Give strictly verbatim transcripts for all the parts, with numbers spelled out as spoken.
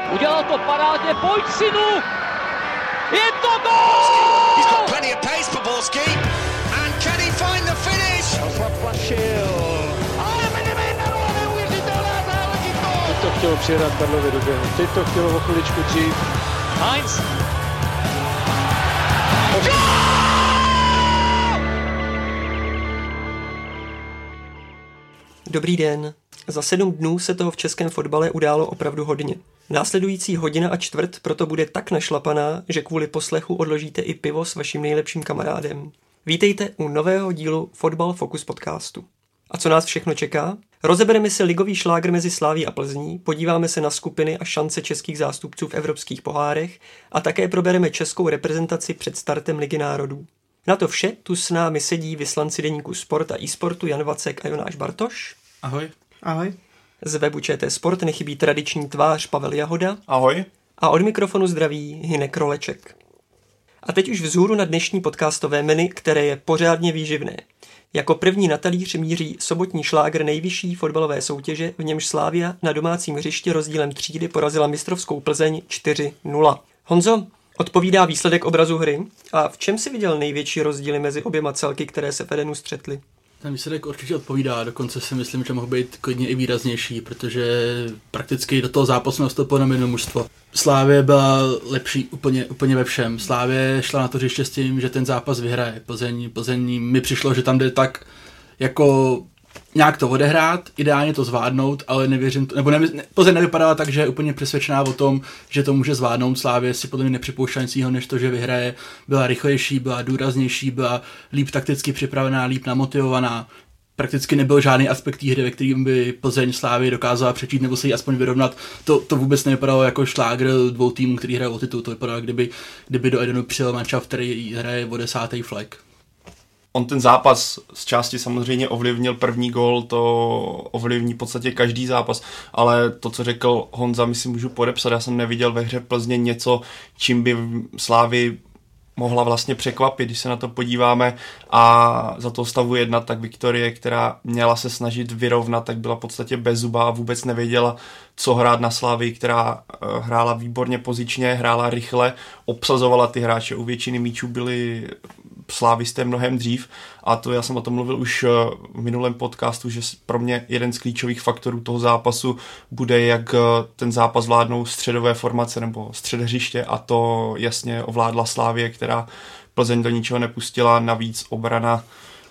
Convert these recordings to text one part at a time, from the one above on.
Udělal to parádně, pojď synu! Je to gól! He's got plenty of pace for Borski. And can he find the finish? Ale Medemena, neuvěřitelná záležitost! Teď to chtělo přihrát Karlově do běhu, teď to chtělo o chviličku dřív. Heinz! Dobrý den. Za sedm dnů se toho v českém fotbale událo opravdu hodně. Následující hodina a čtvrt proto bude tak našlapaná, že kvůli poslechu odložíte i pivo s vaším nejlepším kamarádem. Vítejte u nového dílu Fotbal Focus podcastu. A co nás všechno čeká? Rozebereme si ligový šlágr mezi Slaví a Plzní, podíváme se na skupiny a šance českých zástupců v evropských pohárech a také probereme českou reprezentaci před startem Ligy národů. Na to vše tu s námi sedí vyslanci deníku Sport a eSportu Jan Vacek a Jonáš Bartoš. Ahoj. Ahoj. Z webu ČT Sport nechybí tradiční tvář Pavel Jahoda. Ahoj. A od mikrofonu zdraví Hynek Roleček. A teď už vzhůru na dnešní podcastové menu, které je pořádně výživné. Jako první na talíř míří sobotní šlágr nejvyšší fotbalové soutěže, v němž Slavia na domácím hřišti rozdílem třídy porazila mistrovskou Plzeň čtyři nula. Honzo, odpovídá výsledek obrazu hry? A v čem si viděl největší rozdíly mezi oběma celky, které se v Edenu střetly? Ten výsledek určitě odpovídá, dokonce si myslím, že mohl být klidně i výraznější, protože prakticky do toho zápasu nastoupilo na jedno mužstvo. Slávie byla lepší úplně, úplně ve všem. Slávie šla na to hřiště s tím, že ten zápas vyhraje. Plzeň, Plzeň mi přišlo, že tam jde tak jako nějak to odehrát, ideálně to zvládnout, ale nevěřím, to, nebo ne, Plzeň nevypadala tak, že je úplně přesvědčená o tom, že to může zvládnout. Slávie si podle mě nepřipouštěla nic jiného, než to, že vyhraje. Byla rychlejší, byla důraznější, byla líp takticky připravená, líp namotivovaná. Prakticky nebyl žádný aspekt té hry, ve kterým by Plzeň Slávii dokázala přečít nebo se jí aspoň vyrovnat. To, to vůbec nevypadalo jako šlágr dvou týmů, který hrají o titul. To vypadalo, kdyby, kdyby do Edenu přijel manšaft, který hraje o desátý flag. On ten zápas z části samozřejmě ovlivnil první gól, to ovlivní v podstatě každý zápas, ale to, co řekl Honza, mi si můžu podepsat. Já jsem neviděl ve hře Plzně něco, čím by Slávy mohla vlastně překvapit, když se na to podíváme, a za toho stavu jedna, tak Viktorie, která měla se snažit vyrovnat, tak byla v podstatě bezzubá a vůbec nevěděla, co hrát na Slávii, která hrála výborně pozičně, hrála rychle, obsazovala ty hráče, u většiny míčů byli slávisté mnohem dřív, a to já jsem o tom mluvil už v minulém podcastu, že pro mě jeden z klíčových faktorů toho zápasu bude, jak ten zápas vládnou středové formace nebo střed hřiště, a to jasně ovládla Slávie, která Plzeň do ničeho nepustila, navíc obrana,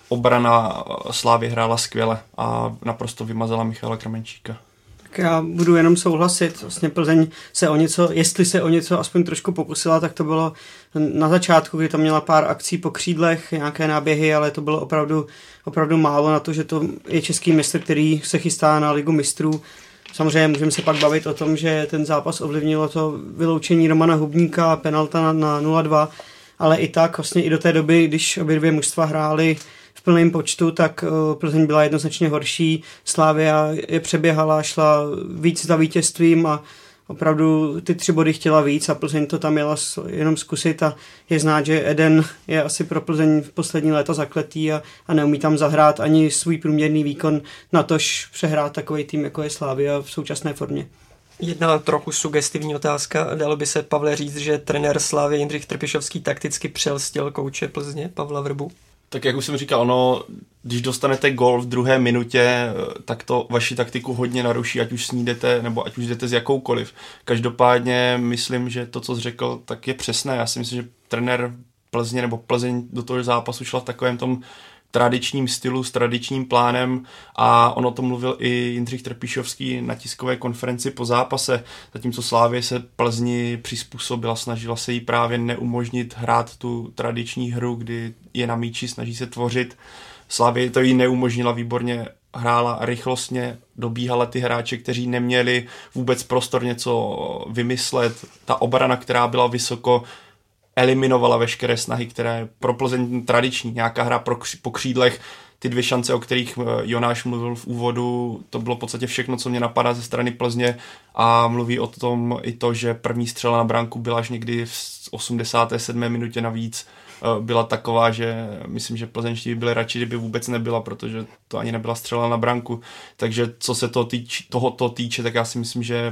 obrana Slávie hrála skvěle a naprosto vymazala Michala Krmenčíka. Já budu jenom souhlasit. Vlastně Plzeň se o něco, jestli se o něco aspoň trošku pokusila, tak to bylo na začátku, kdy tam měla pár akcí po křídlech, nějaké náběhy, ale to bylo opravdu, opravdu málo na to, že to je český mistr, který se chystá na Ligu mistrů. Samozřejmě můžeme se pak bavit o tom, že ten zápas ovlivnilo to vyloučení Romana Hubníka, penalta na, na nula dva, ale i tak vlastně i do té doby, když obě dvě mužstva hrály v plném počtu, tak Plzeň byla jednoznačně horší. Slavia je přeběhala, šla víc za vítězstvím a opravdu ty tři body chtěla víc a Plzeň to tam měla jenom zkusit, a je znát, že Eden je asi pro Plzeň v poslední léta zakletý a, a neumí tam zahrát ani svůj průměrný výkon, natož přehrát takový tým, jako je Slavia v současné formě. Jedna trochu sugestivní otázka. Dalo by se, Pavle, říct, že trenér Slavie Jindřich Trpišovský takticky přelstil kouče Plzně Pavla Vrbu? Tak jak už jsem říkal, ono, když dostanete gól v druhé minutě, tak to vaši taktiku hodně naruší, ať už snídete, nebo ať už jdete z jakoukoliv. Každopádně myslím, že to, co jsi řekl, tak je přesné. Já si myslím, že trenér Plzně nebo Plzeň do toho zápasu šla v takovém tom tradičním stylu, s tradičním plánem, a ono to mluvil i Jindřich Trpišovský na tiskové konferenci po zápase, zatímco Slávie se Plzni přizpůsobila, snažila se jí právě neumožnit hrát tu tradiční hru, kdy je na míči, snaží se tvořit. Slávie to jí neumožnila, výborně hrála rychlostně, dobíhala ty hráče, kteří neměli vůbec prostor něco vymyslet. Ta obrana, která byla vysoko, eliminovala veškeré snahy, které pro Plzeň tradiční, nějaká hra pro kři, po křídlech, ty dvě šance, o kterých Jonáš mluvil v úvodu, to bylo v podstatě všechno, co mě napadá ze strany Plzně, a mluví o tom i to, že první střela na branku byla až někdy v osmdesáté sedmé minutě navíc, byla taková, že myslím, že plzeňští by byli radši, kdyby vůbec nebyla, protože to ani nebyla střela na branku. Takže co se to týč, tohoto týče, tak já si myslím, že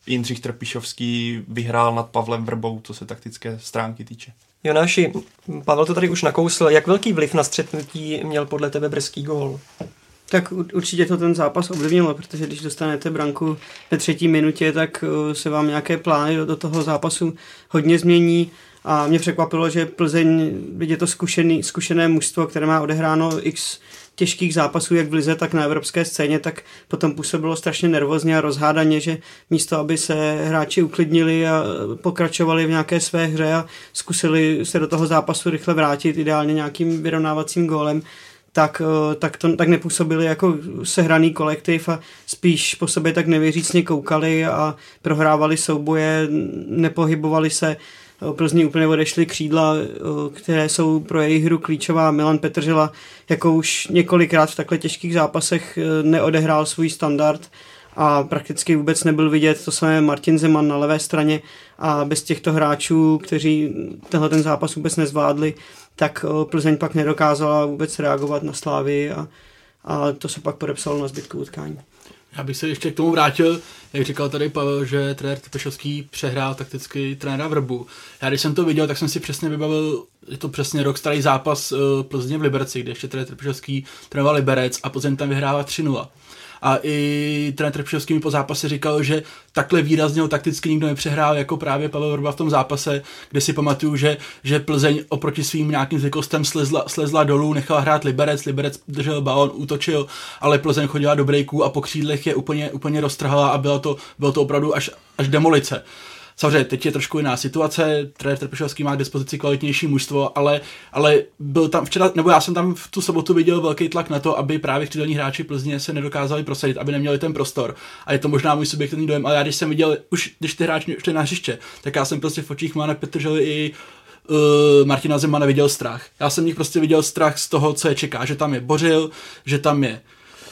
Jindřich Trpišovský vyhrál nad Pavlem Vrbou, co se taktické stránky týče. Jonáši, Pavel to tady už nakousl. Jak velký vliv na střetnutí měl podle tebe brzký gól? Tak určitě to ten zápas ovlivnilo, protože když dostanete branku ve třetí minutě, tak se vám nějaké plány do toho zápasu hodně změní. A mě překvapilo, že Plzeň, je to zkušený, zkušené mužstvo, které má odehráno x těžkých zápasů, jak v lize, tak na evropské scéně, tak potom působilo strašně nervózně a rozhádaně, že místo, aby se hráči uklidnili a pokračovali v nějaké své hře a zkusili se do toho zápasu rychle vrátit, ideálně nějakým vyrovnávacím gólem, tak, tak, to, tak nepůsobili jako sehraný kolektiv a spíš po sobě tak nevěřícně koukali a prohrávali souboje, nepohybovali se. Plzni úplně odešly křídla, které jsou pro jejich hru klíčová. Milan Petržela jako už několikrát v takhle těžkých zápasech neodehrál svůj standard a prakticky vůbec nebyl vidět. To samé Martin Zeman na levé straně a bez těchto hráčů, kteří tenhle ten zápas vůbec nezvládli, tak Plzeň pak nedokázala vůbec reagovat na Slávii a, a to se pak podepsalo na zbytku utkání. Já bych se ještě k tomu vrátil, jak říkal tady Pavel, že trenér Trpišovský přehrál takticky trenéra Vrbu. Já když jsem to viděl, tak jsem si přesně vybavil, je to přesně rok starý zápas Plzně v Liberci, kde ještě trenér Trpišovský trénoval Liberec a Plzeň tam vyhrává tři nula. A i trenér Trpišovský mi po zápase říkal, že takhle výrazně takticky nikdo nepřehrál jako právě Pavel Vrba v tom zápase, kde si pamatuju, že, že Plzeň oproti svým nějakým zvyklostem slezla, slezla dolů, nechala hrát Liberec, Liberec držel balón, útočil, ale Plzeň chodila do breaků a po křídlech je úplně, úplně roztrhala a bylo to, bylo to opravdu až, až demolice. Samozřejmě, teď je trošku jiná situace, trenér Trpišovský má k dispozici kvalitnější mužstvo, ale, ale byl tam včera, nebo já jsem tam v tu sobotu viděl velký tlak na to, aby právě křídelní hráči Plzně se nedokázali prosadit, aby neměli ten prostor. A je to možná můj subjektivní dojem, ale já když jsem viděl, už když ty hráči šli na hřiště, tak já jsem prostě v očích Milana Petržely i uh, Martina Zemana viděl strach. Já jsem v nich prostě viděl strach z toho, co je čeká, že tam je Bořil, že tam je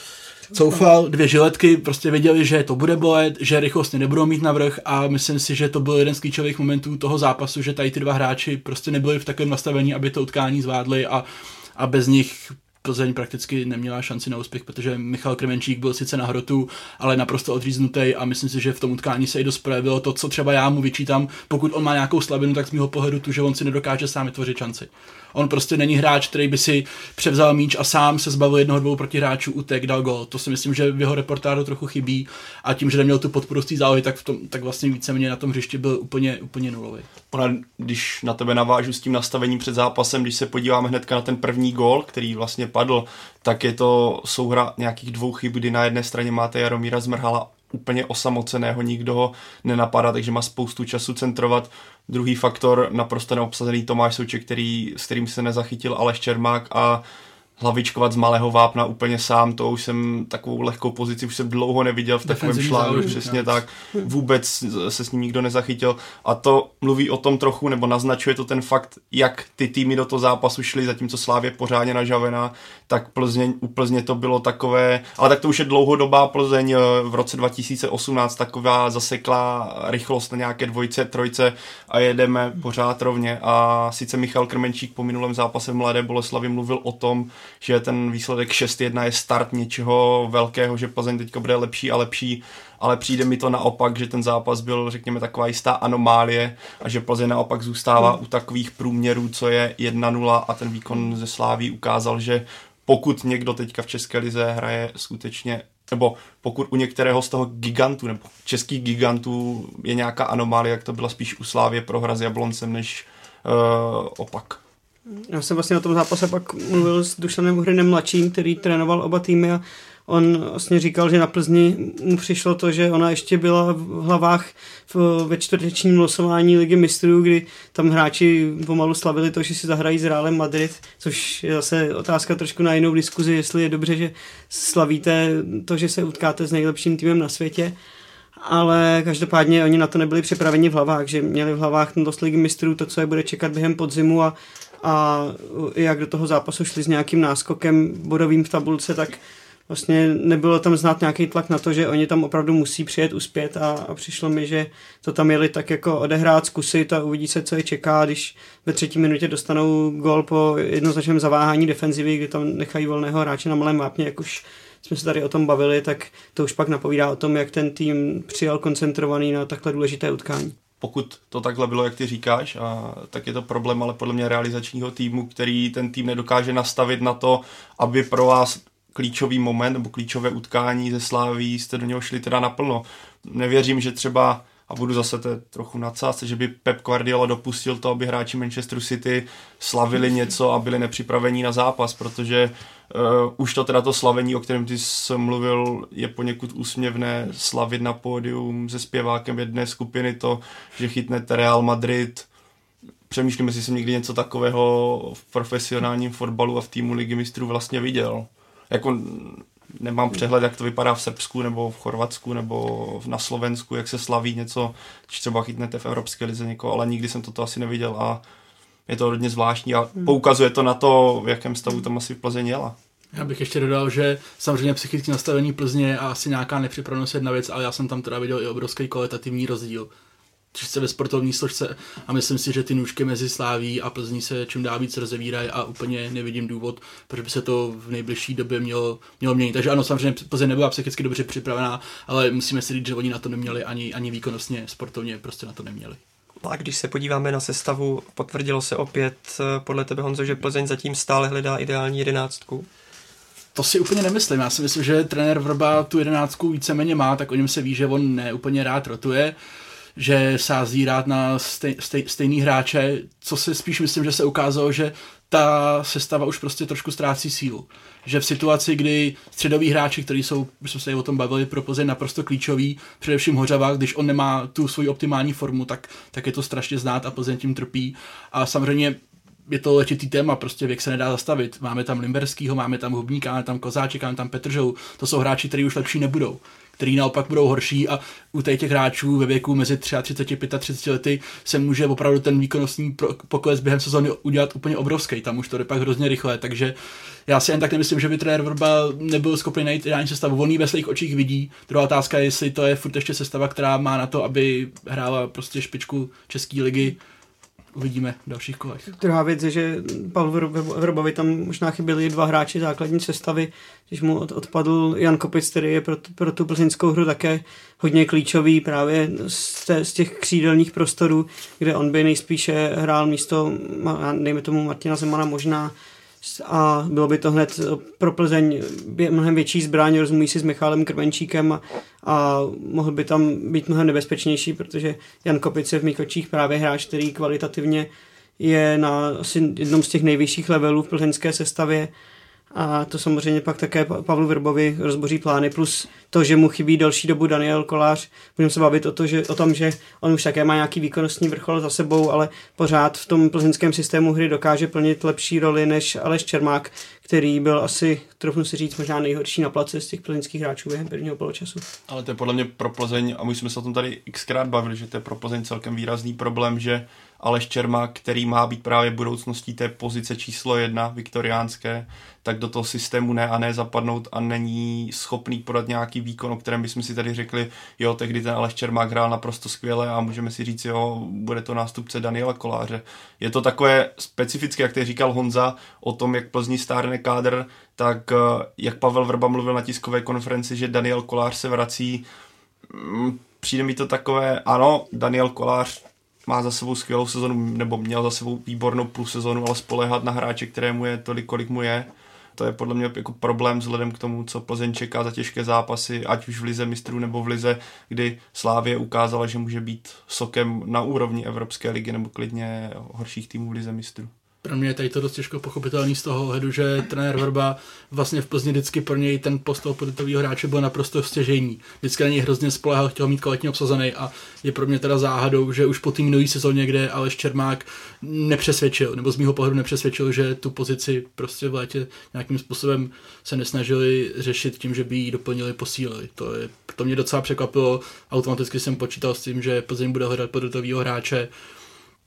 Coufal, dvě žiletky, prostě věděli, že to bude bolet, že rychlostně nebudou mít navrch a myslím si, že to byl jeden z klíčových momentů toho zápasu, že tady ty dva hráči prostě nebyli v takovém nastavení, aby to utkání zvládli a, a bez nich Plzeň prakticky neměla šanci na úspěch, protože Michal Krmenčík byl sice na hrotu, ale naprosto odříznutý a myslím si, že v tom utkání se i dost projevilo to, co třeba já mu vyčítám, pokud on má nějakou slabinu, tak z mého pohledu tu, že on si nedokáže sám vytvořit šanci. On prostě není hráč, který by si převzal míč a sám se zbavil jednoho, dvou protihráčů, utek, dal gól. To si myslím, že v jeho reportáru trochu chybí a tím, že neměl tu podporu z té zálohy, tak, v tom, tak vlastně víceméně na tom hřišti byl úplně, úplně nulový. Ona, když na tebe navážu s tím nastavením před zápasem, když se podíváme hnedka na ten první gól, který vlastně padl, tak je to souhra nějakých dvou chyb, kdy na jedné straně máte Jaromíra Zmrhala úplně osamoceného, nikdo ho nenapadá, takže má spoustu času centrovat. Druhý faktor, naprosto neobsazený Tomáš Souček, který, s kterým se nezachytil Aleš Čermák a hlavičkovat z malého vápna úplně sám, to už jsem takovou lehkou pozici, už jsem dlouho neviděl v takovém šlágu, přesně tak, vůbec se s ním nikdo nezachytil a to mluví o tom trochu, nebo naznačuje to ten fakt, jak ty týmy do toho zápasu šly, zatímco Slávě pořádně nažavená, tak Plzeň, u Plzně to bylo takové, ale tak to už je dlouhodobá Plzeň, v roce dva tisíce osmnáct taková zaseklá rychlost na nějaké dvojce, trojce a jedeme pořád rovně a sice Michal Krmenčík po minulém zápase v Mladé Boleslavi mluvil o tom, že ten výsledek šest jedna je start něčeho velkého, že Plzeň teďka bude lepší a lepší, ale přijde mi to naopak, že ten zápas byl, řekněme, taková jistá anomálie a že Plzeň naopak zůstává u takových průměrů, co je jedna nula a ten výkon ze Sláví ukázal, že pokud někdo teďka v České lize hraje skutečně, nebo pokud u některého z toho gigantu, nebo českých gigantů je nějaká anomálie, jak to byla spíš u Slávě prohra s Jabloncem, než uh, opak. Já jsem vlastně o tom zápase pak mluvil s Dušanem Hrynem mladším, který trénoval oba týmy a on vlastně říkal, že na Plzni mu přišlo to, že ona ještě byla v hlavách v, ve čtvrtečním losování Ligy mistrů, kdy tam hráči pomalu slavili to, že si zahrají s Realem Madrid, což je zase otázka trošku na jinou diskuzi, jestli je dobře, že slavíte to, že se utkáte s nejlepším týmem na světě. Ale každopádně oni na to nebyli připraveni v hlavách, že měli v hlavách dost Ligy mistrů, to, co je bude čekat během podzimu a, a jak do toho zápasu šli s nějakým náskokem bodovým v tabulce, tak vlastně nebylo tam znát nějaký tlak na to, že oni tam opravdu musí přijet uspět a, a přišlo mi, že to tam jeli tak jako odehrát, zkusit a uvidí se, co je čeká, když ve třetí minutě dostanou gól po jednoznačném zaváhání defenzivy, kdy tam nechají volného hráče na malém vápně, jak už jsme se tady o tom bavili, tak to už pak napovídá o tom, jak ten tým přijal koncentrovaný na takhle důležité utkání. Pokud to takhle bylo, jak ty říkáš, a tak je to problém, ale podle mě realizačního týmu, který ten tým nedokáže nastavit na to, aby pro vás klíčový moment nebo klíčové utkání ze Slaví jste do něho šli teda naplno. Nevěřím, že třeba, a budu zase to trochu nadsázet, že by Pep Guardiola dopustil to, aby hráči Manchesteru City slavili něco a byli nepřipravení na zápas, protože uh, už to teda to slavení, o kterém ty jsi mluvil, je poněkud úsměvné slavit na pódium se zpěvákem jedné skupiny, to, že chytnete Real Madrid. Přemýšlím, jestli jsem někdy něco takového v profesionálním fotbalu a v týmu Ligy mistrů vlastně viděl. Jako nemám přehled, jak to vypadá v Srbsku nebo v Chorvatsku nebo na Slovensku, jak se slaví něco, když třeba chytnete v Evropské lize někoho, ale nikdy jsem toto asi neviděl a je to hodně zvláštní a poukazuje to na to, v jakém stavu tam asi v Plzeň jela. Já bych ještě dodal, že samozřejmě psychické nastavení Plzně a asi nějaká nepřipravenost jedna věc, ale já jsem tam teda viděl i obrovský kvalitativní rozdíl. Čistě ve sportovní složce a myslím si, že ty nůžky mezi Sláví a Plzní se čím dál víc rozevírají a úplně nevidím důvod, proč by se to v nejbližší době mělo, mělo měnit. Takže ano, samozřejmě Plzeň nebyla psychicky dobře připravená, ale musíme si říct, že oni na to neměli ani, ani výkonnostně, sportovně prostě na to neměli. A když se podíváme na sestavu, potvrdilo se opět podle tebe, Honzo, že Plzeň zatím stále hledá ideální jedenáctku? To si úplně nemyslím. Já si myslím, že trenér Vrba tu jedenáctku víceméně má, tak o něm se ví, že on ne úplně rád rotuje, že sází rád na stej, stej, stejný hráče, co si spíš myslím, že se ukázalo, že ta sestava už prostě trošku ztrácí sílu. Že v situaci, kdy středoví hráči, kteří jsou, my jsme se o tom bavili, pro Plzeň naprosto klíčoví, především Hořava, když on nemá tu svoji optimální formu, tak, tak je to strašně znát a Plzeň tím trpí. A samozřejmě je to letitý téma, prostě věk se nedá zastavit. Máme tam Limberskýho, máme tam Hubníka, máme tam Kozáček, máme tam Petržou. To jsou hráči, kteří už lepší nebudou, který naopak budou horší a u těch hráčů ve věku mezi třicet tři a třicet pět lety se může opravdu ten výkonnostní pokles během sezóny udělat úplně obrovský. Tam už to jde pak hrozně rychle, takže já si jen tak nemyslím, že by trenér Vrba nebyl schopný najít ideální sestavu. On ji ve svých očích vidí. Druhá otázka je, jestli to je furt ještě sestava, která má na to, aby hrála prostě špičku české ligy. Uvidíme v dalších kolech. Druhá věc je, že Pavlu Vrbovi tam možná chyběli dva hráči základní sestavy, když mu odpadl Jan Kopic, který je pro, pro tu plzeňskou hru také hodně klíčový právě z, té, z těch křídelních prostorů, kde on by nejspíše hrál místo, dejme tomu Martina Zemana možná, a bylo by to hned pro Plzeň mnohem větší zbraň, rozumí si s Michalem Krmenčíkem a, a mohl by tam být mnohem nebezpečnější, protože Jan Kopic je v mých očích právě hráč, který kvalitativně je na asi jednom z těch nejvyšších levelů v plzeňské sestavě a to samozřejmě pak také Pavlu Vrbovi rozboří plány, plus to, že mu chybí další dobu Daniel Kolář. Budeme se bavit o, to, že, o tom, že on už také má nějaký výkonnostní vrchol za sebou, ale pořád v tom plzeňském systému hry dokáže plnit lepší roli než Aleš Čermák, který byl asi, trochu si říct, možná nejhorší na place z těch plzeňských hráčů během prvního poločasu. Ale to je podle mě pro Plzeň, a my jsme se o tom tady xkrát bavili, že to je pro Plzeň celkem výrazný problém, že Aleš Čermák, který má být právě budoucností té pozice číslo jedna viktoriánské, tak do toho systému ne a ne zapadnout a není schopný podat nějaký výkon, o kterém bychom si tady řekli, jo, tehdy ten Aleš Čermák hrál naprosto skvěle a můžeme si říct, jo, bude to nástupce Daniela Koláře. Je to takové specifické, jak tady říkal Honza, o tom, jak Plzni stárne kádr, tak jak Pavel Vrba mluvil na tiskové konferenci, že Daniel Kolář se vrací, přijde mi to takové, ano, Daniel Kolář má za sebou skvělou sezonu, nebo měl za sebou výbornou plus sezonu, ale spoléhat na hráče, kterému je tolik, kolik mu je, to je podle mě jako problém vzhledem k tomu, co Plzeň čeká za těžké zápasy, ať už v lize mistrů nebo v lize, kdy Slavie ukázala, že může být sokem na úrovni Evropské ligy nebo klidně horších týmů v lize mistrů. Pro mě je tady to dost těžko pochopitelný z toho ohledu, že trenér Vrba vlastně v Plzni vždycky pro něj ten post toho poditového hráče byl naprosto stěžejní. Vždycky na něj hrozně spolehal, chtěl mít kvalitně obsazený a je pro mě teda záhadou, že už po té minulé sezóně, kde Aleš Čermák nepřesvědčil, nebo z mýho pohledu nepřesvědčil, že tu pozici prostě v létě nějakým způsobem se nesnažili řešit tím, že by ji doplnili, posílili. To, je, to mě docela překvapilo, automaticky jsem počítal s tím, že Plzeň bude hledat poditového hráče.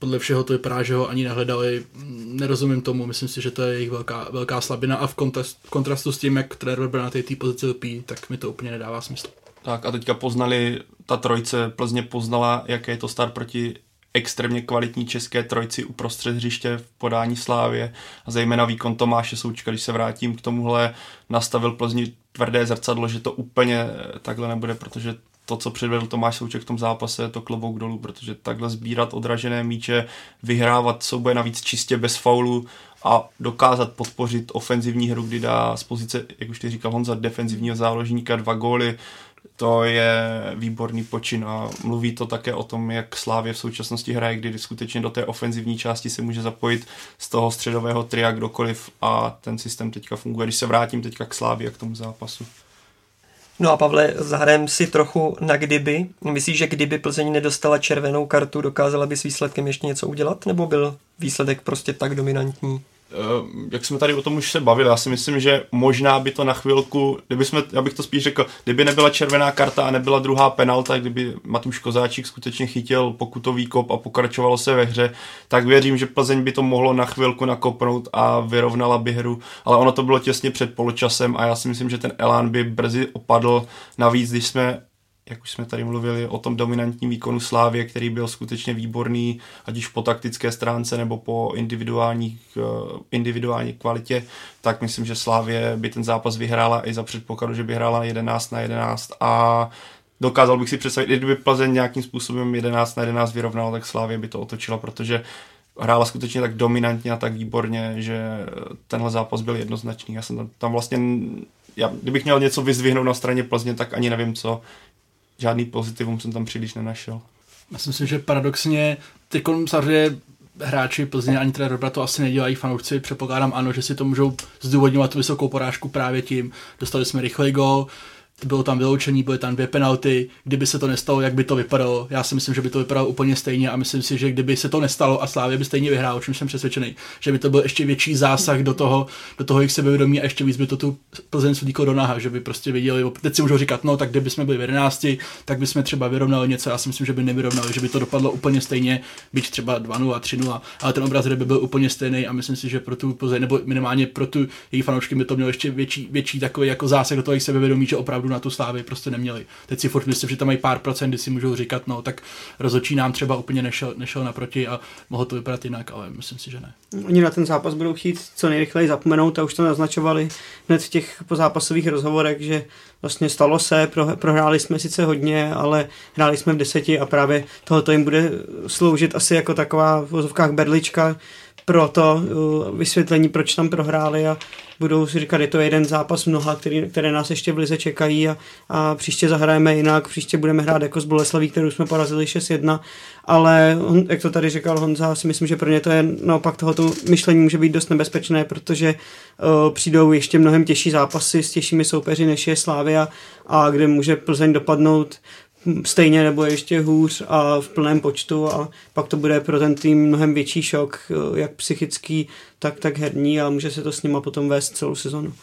podle všeho to vypadá, že ho ani nehledali. Nerozumím tomu, myslím si, že to je jejich velká, velká slabina a v, kontrast, v kontrastu s tím, jak trenér byl na té pozici lpí, tak mi to úplně nedává smysl. Tak a teďka poznali, ta trojice Plzně poznala, jaký je to start proti extrémně kvalitní české trojci uprostřed hřiště v podání Slávie a zejména výkon Tomáše Součka, když se vrátím k tomuhle, nastavil Plzni tvrdé zrcadlo, že to úplně takhle nebude, protože to, co předvedl Tomáš Souček v tom zápase, je to klobouk dolů, protože takhle sbírat odražené míče, vyhrávat souboje navíc čistě bez faulu a dokázat podpořit ofenzivní hru, kdy dá z pozice, jak už ty říkal Honza, defenzivního záložníka dva góly, to je výborný počin a mluví to také o tom, jak Slavia v současnosti hraje, kdy skutečně do té ofenzivní části se může zapojit z toho středového tria kdokoliv a ten systém teďka funguje. Když se vrátím teďka k Slavii a k tomu zápasu. No a Pavle, zahrajeme si trochu na kdyby. Myslíš, že kdyby Plzeň nedostala červenou kartu, dokázala by s výsledkem ještě něco udělat, nebo byl výsledek prostě tak dominantní? Jak jsme tady o tom už se bavili, já si myslím, že možná by to na chvilku, kdyby jsme, já bych to spíš řekl, kdyby nebyla červená karta a nebyla druhá penalta, kdyby Matouš Kozáčik skutečně chytil pokutový kop a pokračovalo se ve hře, tak věřím, že Plzeň by to mohlo na chvilku nakopnout a vyrovnala by hru, ale ono to bylo těsně před poločasem a já si myslím, že ten elán by brzy opadl, navíc, když jsme jak už jsme tady mluvili o tom dominantním výkonu Slávie, který byl skutečně výborný, ať už po taktické stránce nebo po individuální, individuální kvalitě, tak myslím, že Slávie by ten zápas vyhrála i za předpokladu, že by hrála jedenáct na jedenáct a dokázal bych si představit, i kdyby Plzeň nějakým způsobem jedenáct na jedenáct vyrovnala, tak Slávie by to otočila, protože hrála skutečně tak dominantně a tak výborně, že tenhle zápas byl jednoznačný. Já jsem tam, tam vlastně, já, kdybych měl něco vyzdvihnout na straně Plzně, tak ani nevím co. Žádný pozitivum jsem tam příliš nenašel. Já si myslím, že paradoxně ty samozřejmě hráči Plzně ani trenér Robra to asi nedělají, fanoušci předpokládám ano, že si to můžou zdůvodňovat tu vysokou porážku právě tím. Dostali jsme rychlej gól, bylo tam vyloučení, byly tam dvě penalty, kdyby se to nestalo, jak by to vypadalo. Já si myslím, že by to vypadalo úplně stejně a myslím si, že kdyby se to nestalo a Slavia by stejně vyhrál, o čem jsem přesvědčený, že by to byl ještě větší zásah do toho, do toho jejich sebevědomí a ještě víc by to tu Plzeň sudíko do naha, že by prostě viděli, teď si můžou říkat, no tak kdyby jsme byli v jedenácti, tak by jsme třeba vyrovnali něco, já si myslím, že by nevyrovnali, že by to dopadlo úplně stejně, byť třeba dva nula, tři nula, ale ten obraz by byl úplně stejný a myslím si, že pro tu Plzeň nebo minimálně pro tu její fanoušky by to mělo ještě větší, větší takový jako zásah do toho jejich sebevědomí, že opravdu na tu Slávii prostě neměli. Teď si furt myslím, že tam mají pár procent, kdy si můžou říkat, no tak rozhodčí nám třeba úplně nešel, nešel naproti a mohlo to vypadat jinak, ale myslím si, že ne. Oni na ten zápas budou chtít co nejrychleji zapomenout a už to naznačovali hned v těch pozápasových rozhovorech, že vlastně stalo se, pro, prohráli jsme sice hodně, ale hráli jsme v deseti a právě tohoto jim bude sloužit asi jako taková v vozovkách berlička pro to vysvětlení, proč tam prohráli a budou si říkat, je to jeden zápas mnoha, který, které nás ještě v lize čekají a, a příště zahrajeme jinak, příště budeme hrát jako z Boleslaví, kterou jsme porazili šest jedna, ale on, jak to tady říkal Honza, si myslím, že pro ně to je naopak tohoto myšlení může být dost nebezpečné, protože uh, přijdou ještě mnohem těžší zápasy s těžšími soupeři, než je Slavia a kde může Plzeň dopadnout stejně nebo ještě hůř a v plném počtu a pak to bude pro ten tým mnohem větší šok, jak psychický, tak, tak herní a může se to s nima potom vést celou sezonu.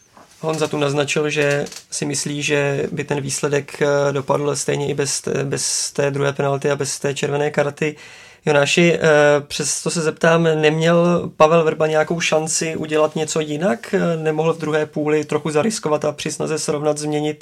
Honza tu naznačil, že si myslí, že by ten výsledek dopadl stejně i bez, bez té druhé penalty a bez té červené karty. Jonáši, přesto se zeptám, neměl Pavel Vrba nějakou šanci udělat něco jinak? Nemohl v druhé půli trochu zariskovat a při snaze srovnat změnit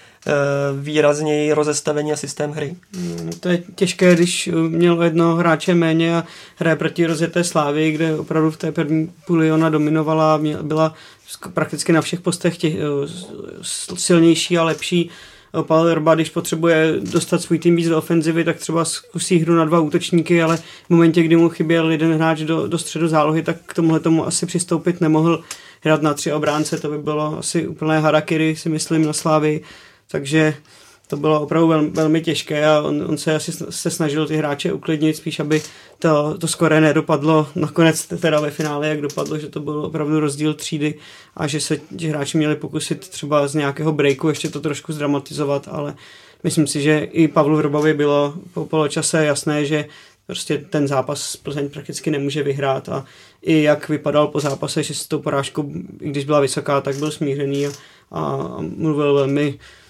výrazněji rozestavení a systém hry? To je těžké, když měl jednoho hráče méně a hraje proti rozjeté Slávii, kde opravdu v té první půli ona dominovala, byla prakticky na všech postech tě, silnější a lepší. Pavel Vrba, když potřebuje dostat svůj tým víc do ofenzivy, tak třeba zkusí hru na dva útočníky, ale v momentě, kdy mu chyběl jeden hráč do, do středu zálohy, tak k tomuhle tomu asi přistoupit nemohl. Hrát na tři obránce, to by bylo asi úplné harakiri, si myslím, na Slávii. Takže to bylo opravdu velmi, velmi těžké a on, on se asi se snažil ty hráče uklidnit, spíš aby to, to skoro nedopadlo nakonec teda ve finále, jak dopadlo, že to byl opravdu rozdíl třídy a že se ti hráči měli pokusit třeba z nějakého breaku ještě to trošku zdramatizovat, ale myslím si, že i Pavlu Vrbovi bylo po poločase jasné, že prostě ten zápas Plzeň prakticky nemůže vyhrát a i jak vypadal po zápase, že s tou porážkou, i když byla vysoká, tak byl smířený a, a mluvil velmi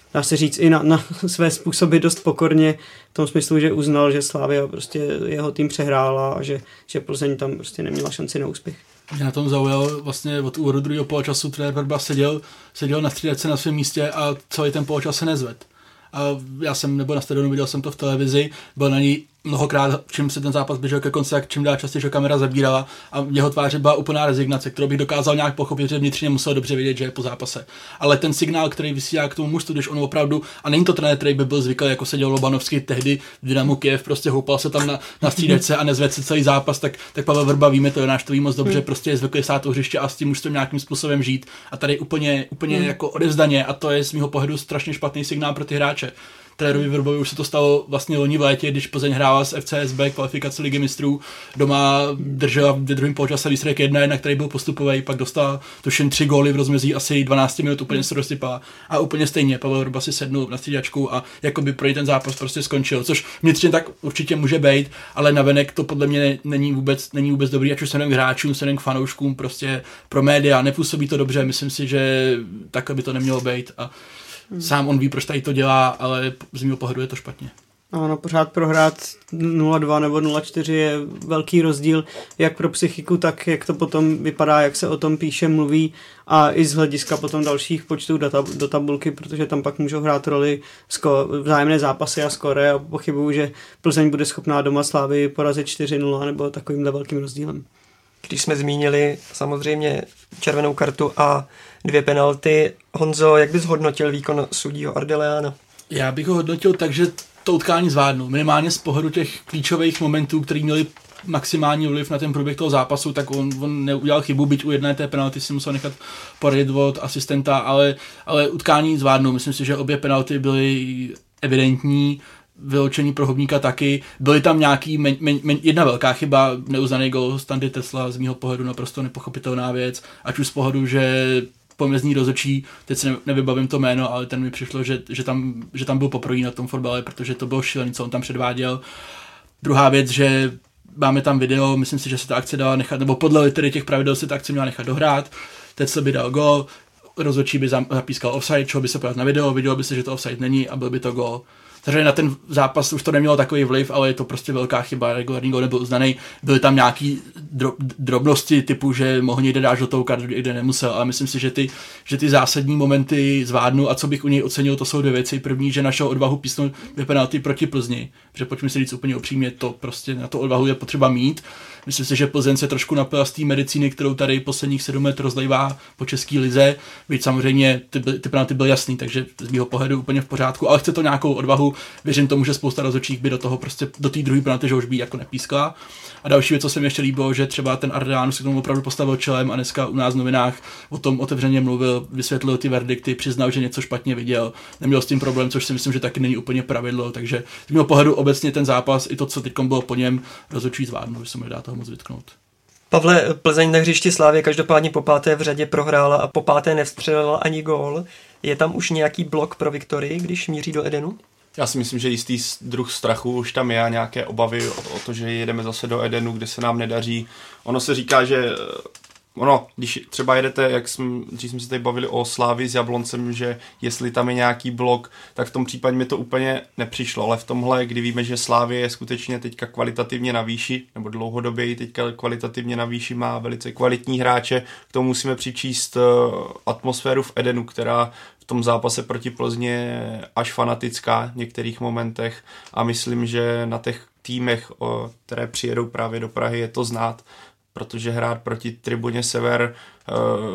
dá se říct i na, na své způsoby dost pokorně, v tom smyslu, že uznal, že Slavia prostě jeho tým přehrála a že, že Plzeň tam prostě neměla šanci na úspěch. Mě na tom zaujal vlastně od úvodu druhého poločasu trenér Vrba seděl, seděl na střídačce na svém místě a celý ten poločas se nezvedl. A já jsem, nebo na stadionu, viděl jsem to v televizi, byl na ní mnohokrát, čím se ten zápas běžel ke konci, tak čím dál častěji, že kamera zabírala a jeho tváře byla úplná rezignace, kterou bych dokázal nějak pochopit, že vnitřně musel dobře vědět, že je po zápase. Ale ten signál, který vysílá k tomu mužstvu, když on opravdu, a není to trenér, který by byl zvyklý, jako seděl Lobanovský tehdy v Dynamu Kyjev, prostě houpal se tam na, na střídačce a nezvedl se celý zápas, tak, tak Pavel Vrba, víme to, náš to ví moc dobře, prostě je zvyklý stát u hřiště a s tím mužstvem nějakým způsobem žít. A tady úplně, úplně hmm. jako odevzdaně, a to je z mého pohledu strašně špatný signál pro ty hráče. Trenérovi Vrbovi už se to stalo vlastně loni v létě, když Plzeň hrála s F C S B kvalifikaci Ligy mistrů, doma držela v druhém poločase výsledek jedna jedna, který byl postupový, pak dostal tuším tři góly v rozmezí asi dvanáct minut, úplně se rozsypala a úplně stejně Pavel Vrba si sednul na střídačku a jakoby pro ten zápas prostě skončil, což vnitřně tak určitě může být, ale navenek to podle mě není vůbec, není vůbec dobrý, ať už se k hráčům, se k fanouškům, prostě pro média, nepůsobí to dobře, myslím si, že tak by to nemělo být a sám on ví, proč tady to dělá, ale z mého pohledu je to špatně. Ano, pořád prohrát nula dva nebo nula čtyři je velký rozdíl, jak pro psychiku, tak jak to potom vypadá, jak se o tom píše, mluví a i z hlediska potom dalších počtů do, tab- do tabulky, protože tam pak můžou hrát roli sko- vzájemné zápasy a skóre a pochybuju, že Plzeň bude schopná doma Slávy porazit čtyři nula nebo takovýmhle velkým rozdílem. Když jsme zmínili samozřejmě červenou kartu a dvě penalty, Honzo, jak bys hodnotil výkon sudího Ardeleana? Já bych ho hodnotil tak, že to utkání zvládnu. Minimálně z pohledu těch klíčových momentů, který měli maximální vliv na ten průběh toho zápasu, tak on, on neudělal chybu, byť u jedné té penalty si musel nechat poradit od asistenta, ale, ale utkání zvládnu. Myslím si, že obě penalty byly evidentní, vyloučení pro Hubníka taky. Byly tam nějaký, men, men, men, jedna velká chyba, neuznaný gol Standy Tesla, z mýho pohledu naprosto nepochopitelná věc, ať už z pohledu, že pomezní rozhodčí, teď si nevybavím to jméno, ale ten mi přišlo, že, že, tam, že tam byl poprvé na tom fotbale, protože to bylo šílený, co on tam předváděl. Druhá věc, že máme tam video, myslím si, že se ta akce dala nechat, nebo podle tedy těch pravidel se ta akce měla nechat dohrát, Tesla by dal gol, rozhodčí by zapískal offside, čeho by se podívat na video, vidělo by se, že to offside není a byl by to gol. Takže na ten zápas už to nemělo takový vliv, ale je to prostě velká chyba, regulární gól nebyl uznaný. Byly tam nějaký dro- drobnosti typu, že mohl někde dát žlutou kartu, kde nemusel, ale myslím si, že ty, že ty zásadní momenty zvládnu a co bych u něj ocenil, to jsou dvě věci. První, že našel odvahu písnout dvě penalty proti Plzni, že pojďme si říct úplně upřímně, to prostě na to odvahu je potřeba mít. Myslím si, že Plzeň se trošku napila z té medicíny, kterou tady posledních sedm let rozlejvá po české lize. Byť samozřejmě ty, ty penalty byly jasný, takže z mého pohledu úplně v pořádku, ale chce to nějakou odvahu. Věřím tomu, že spousta rozhodčích by do toho prostě do té druhé penalty, že už by jako nepískla. A další věc, co se mi ještě líbilo, že třeba ten Ardeán se k tomu opravdu postavil čelem a dneska u nás v novinách o tom otevřeně mluvil, vysvětlil ty verdikty, přiznal, že něco špatně viděl, neměl s tím problém, což si myslím, že taky není úplně pravidlo, takže z mého pohledu obecně ten zápas i to, co teď bylo po něm, rozhodčí zvládnu, že se mi dá toho moc vytknout. Pavle, Plzeň na hřišti Slávy každopádně po páté v řadě prohrála a po páté nevstřelila ani gól. Je tam už nějaký blok pro Viktorii, když míří do Edenu? Já si myslím, že jistý druh strachu už tam je a nějaké obavy o, o to, že jedeme zase do Edenu, kde se nám nedaří. Ono se říká, že ono, když třeba jedete, jak jsme, když jsme se tady bavili o Slávii s Jabloncem, že jestli tam je nějaký blok, tak v tom případě mi to úplně nepřišlo, ale v tomhle, kdy víme, že Slávie je skutečně teďka kvalitativně na výši, nebo dlouhodobě teďka kvalitativně na výši, má velice kvalitní hráče, k tomu musíme přičíst atmosféru v Edenu, která v tom zápase proti Plzni je až fanatická v některých momentech a myslím, že na těch týmech, které přijedou právě do Prahy, je to znát, protože hrát proti Tribuně Sever uh,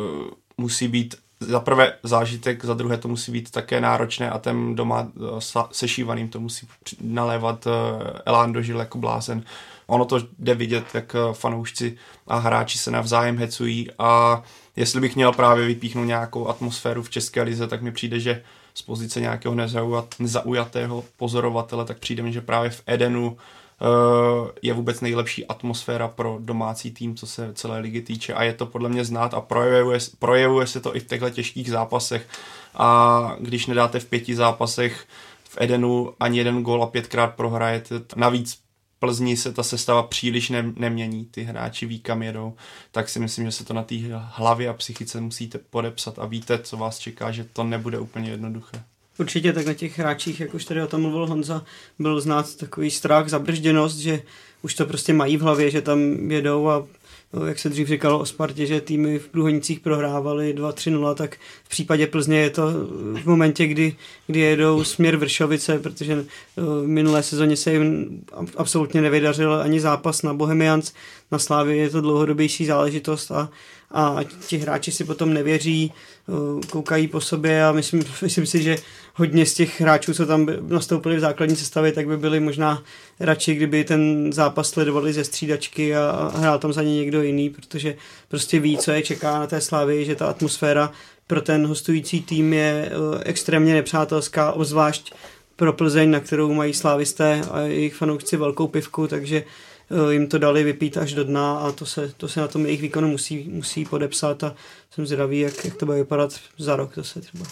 musí být za prvé zážitek, za druhé to musí být také náročné a ten doma uh, sešívaným to musí nalévat uh, elán do žil jako blázen. Ono to jde vidět, jak uh, fanoušci a hráči se navzájem hecují a jestli bych měl právě vypíchnout nějakou atmosféru v české lize, tak mi přijde, že z pozice nějakého nezaujatého pozorovatele, tak přijde mi, že právě v Edenu je vůbec nejlepší atmosféra pro domácí tým, co se celé ligy týče a je to podle mě znát a projevuje, projevuje se to i v těchto těžkých zápasech a když nedáte v pěti zápasech v Edenu ani jeden gól a pětkrát prohrajete, navíc Plzni se ta sestava příliš ne, nemění, ty hráči ví, kam jedou, tak si myslím, že se to na té hlavě a psychice musíte podepsat a víte, co vás čeká, že to nebude úplně jednoduché. Určitě tak na těch hráčích, jak už tady o tom mluvil Honza, byl znát takový strach, zabržděnost, že už to prostě mají v hlavě, že tam jedou a jak se dřív říkalo o Spartě, že týmy v Průhonicích prohrávali dva tři nula, tak v případě Plzně je to v momentě, kdy, kdy jedou směr Vršovice, protože v minulé sezóně se jim absolutně nevydařil ani zápas na Bohemians, na Slávii je to dlouhodobější záležitost a, a ti hráči si potom nevěří, koukají po sobě a myslím, myslím si, že hodně z těch hráčů, co tam nastoupili v základní sestavě, tak by byli možná radši, kdyby ten zápas sledovali ze střídačky a, a hrál tam za ně někdo jiný, protože prostě ví, co je čeká na té Slavii, že ta atmosféra pro ten hostující tým je uh, extrémně nepřátelská, obzvlášť pro Plzeň, na kterou mají slávisté a jejich fanoušci velkou pivku, takže uh, jim to dali vypít až do dna a to se, to se na tom jejich výkonu musí, musí podepsat a jsem zvědavý, jak, jak to bude vypadat za rok zase třeba.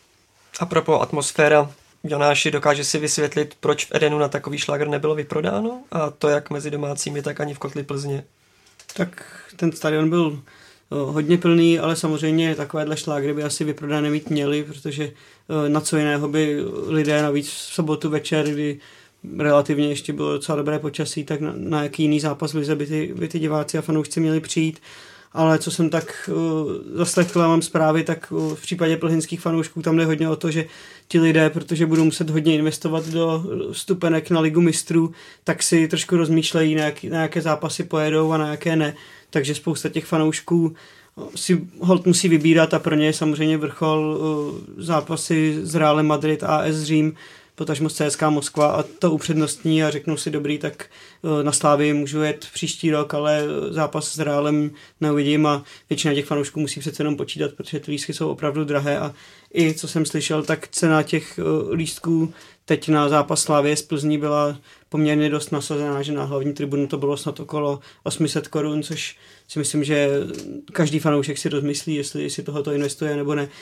A propos atmosféra, Jonáši, dokáže si vysvětlit, proč v Edenu na takový šláger nebylo vyprodáno? A to jak mezi domácími, tak ani v kotli Plzně. Tak ten stadion byl hodně plný, ale samozřejmě takovéhle šlágry by asi vyprodané mít měli, protože na co jiného by lidé navíc v sobotu večer, kdy relativně ještě bylo docela dobré počasí, tak na, na jaký jiný zápas v lize by ty, by ty diváci a fanoušci měli přijít. Ale co jsem tak uh, zaslechl a mám zprávy, tak uh, v případě plzeňských fanoušků tam jde hodně o to, že ti lidé, protože budou muset hodně investovat do vstupenek na Ligu mistrů, tak si trošku rozmýšlejí, na, jak, na jaké zápasy pojedou a na jaké ne. Takže spousta těch fanoušků si holt musí vybírat a pro ně je samozřejmě vrchol uh, zápasy s Realem Madrid, A S Řím, potažmo C S K Moskva a to upřednostní a řeknou si dobrý, tak na Slávii můžu jet příští rok, ale zápas s Realem neuvidím a většina těch fanoušků musí přece jenom počítat, protože ty lístky jsou opravdu drahé a i co jsem slyšel, tak cena těch lístků teď na zápas Slávie z Plzní byla poměrně dost nasazená, že na hlavní tribunu to bylo snad okolo osm set korun, což si myslím, že každý fanoušek si rozmyslí, jestli si tohoto investuje nebo ne.